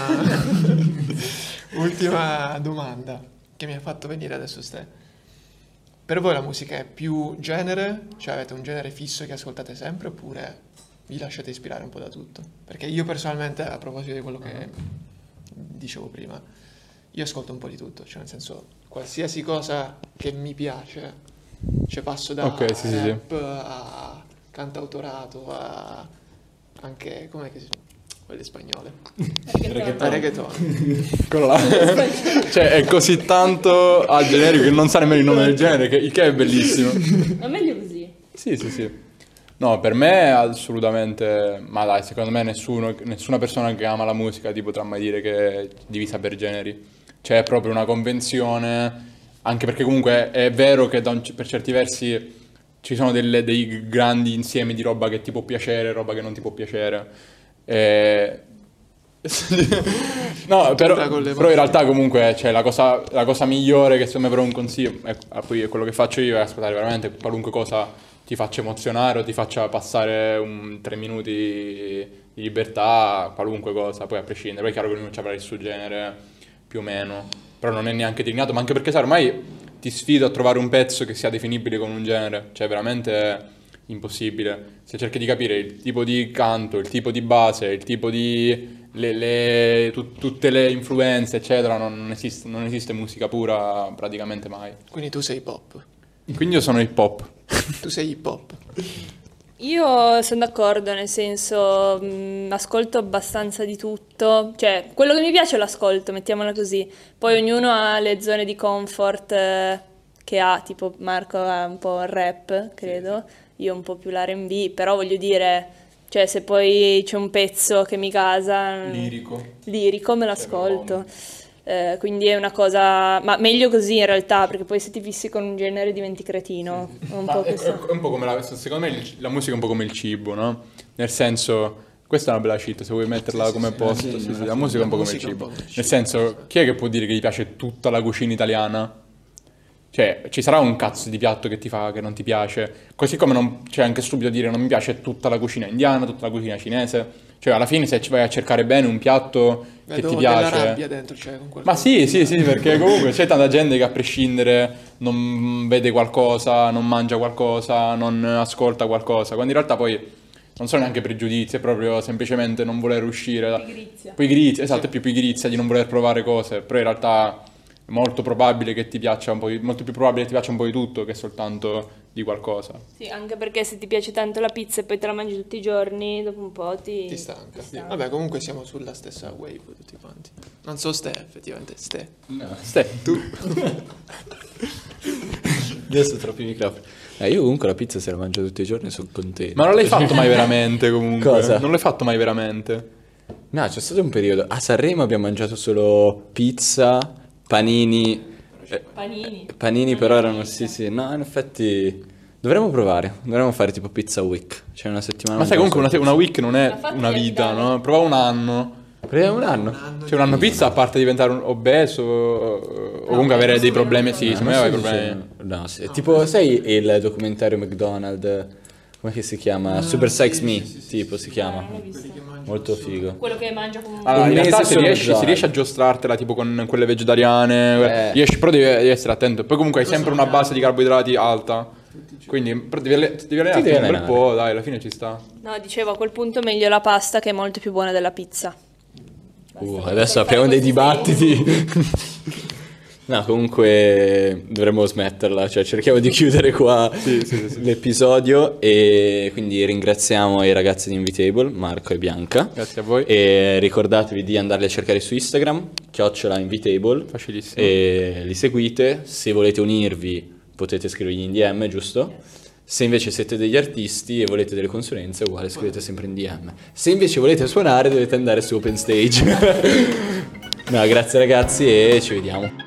domanda che mi ha fatto venire adesso ste. Per voi la musica è più genere? Cioè avete un genere fisso che ascoltate sempre oppure vi lasciate ispirare un po' da tutto? Perché io personalmente, a proposito di quello che dicevo prima, io ascolto un po' di tutto, cioè nel senso qualsiasi cosa che mi piace, cioè passo da Ok, sì, sì, rap a cantautorato a anche, com'è che si chiama? Quelle spagnole. Reggaeton. Quello là. Cioè è così tanto al generico che non sa nemmeno il nome del genere, il che è bellissimo. Ma meglio così. Sì, sì, sì. No, per me è assolutamente... Ma dai, secondo me nessuna persona che ama la musica ti potrà mai dire che è divisa per generi. Cioè è proprio una convenzione, anche perché comunque è vero che per certi versi ci sono dei grandi insiemi di roba che ti può piacere, roba che non ti può piacere. No, però in realtà comunque cioè, la cosa migliore che secondo me però un consiglio, poi è quello che faccio io, è ascoltare veramente qualunque cosa ti faccia emozionare o ti faccia passare 3 minuti di libertà, qualunque cosa, poi a prescindere, poi è chiaro che ognuno avrà il suo genere più o meno, però non è neanche delineato, ma anche perché sai, ormai ti sfido a trovare un pezzo che sia definibile con un genere, cioè veramente impossibile. Se cerchi di capire il tipo di canto, il tipo di base, il tipo di tutte le influenze, eccetera, non esiste musica pura praticamente mai. Quindi tu sei hip hop. Quindi io sono hip hop. Tu sei hip hop. Io sono d'accordo, nel senso ascolto abbastanza di tutto, cioè quello che mi piace l'ascolto, mettiamola così. Poi ognuno ha le zone di comfort che ha, tipo Marco ha un po' il rap, credo, io un po' più l'R&B, però voglio dire, cioè se poi c'è un pezzo che mi casa... Lirico me l'ascolto. Quindi è una cosa, ma meglio così in realtà, perché poi se ti fissi con un genere diventi cretino. Sì. Un po' è un po' come secondo me la musica è un po' come il cibo, no? Nel senso, questa è una bella cheat, se vuoi metterla come posto, la musica è un po' come il cibo. Nel senso, chi è che può dire che gli piace tutta la cucina italiana? Cioè, ci sarà un cazzo di piatto che non ti piace. Così come c'è anche stupido dire non mi piace tutta la cucina indiana, tutta la cucina cinese. Cioè, alla fine se ci vai a cercare bene un piatto che ti piace... della rabbia dentro, cioè, con qualcosa. Ma sì, perché comunque c'è tanta gente che a prescindere non vede qualcosa, non mangia qualcosa, non ascolta qualcosa, quando in realtà poi non sono neanche pregiudizi, è proprio semplicemente non voler uscire. Pigrizia. Pigrizia, esatto, è più pigrizia di non voler provare cose, però in realtà è molto probabile che ti piaccia un po', molto più probabile che ti piaccia un po' di tutto che soltanto di qualcosa. Sì, anche perché se ti piace tanto la pizza e poi te la mangi tutti i giorni, dopo un po' Ti stanca. Vabbè, comunque siamo sulla stessa wave tutti quanti. Non so Ste, effettivamente, Ste. No. Stai, tu. Adesso troppi microfoni. Io comunque la pizza se la mangio tutti i giorni sono contento. Ma non l'hai fatto mai veramente comunque? Cosa? Non l'hai fatto mai veramente? No, c'è stato un periodo. A Sanremo abbiamo mangiato solo pizza, panini. Panini però erano, sì. No, in effetti dovremmo provare. Dovremmo fare tipo pizza week. Cioè una settimana. Ma sai comunque una week non è Ma fatti una vita, aiutare. no? Prova un anno. Proviamo un anno. Cioè un anno pizza, a parte diventare un obeso o comunque avere dei problemi, sì, secondo me hai problemi. No, sì. Tipo, sai il documentario McDonald's? Come che si chiama? Super Size Me, tipo si chiama. Molto figo. Quello che mangia come Allora, in Un realtà mese se solo riesci, McDonald's. a giostrartela tipo con quelle vegetariane, riesci, però devi essere attento. Poi comunque hai sempre una base di carboidrati alta. Quindi però devi allenarti devi un bel allenare. po', dai, alla fine ci sta. No, dicevo, a quel punto meglio la pasta che è molto più buona della pizza. Adesso apriamo dei dibattiti. No, comunque dovremmo smetterla, cioè cerchiamo di chiudere qua l'episodio e quindi ringraziamo i ragazzi di Invitable, Marco e Bianca. Grazie a voi. E ricordatevi di andarli a cercare su Instagram, @Invitable. Facilissimo. E li seguite. Se volete unirvi potete scrivergli in DM, giusto? Se invece siete degli artisti e volete delle consulenze, uguale, scrivete sempre in DM. Se invece volete suonare dovete andare su Open Stage. No, grazie ragazzi e ci vediamo.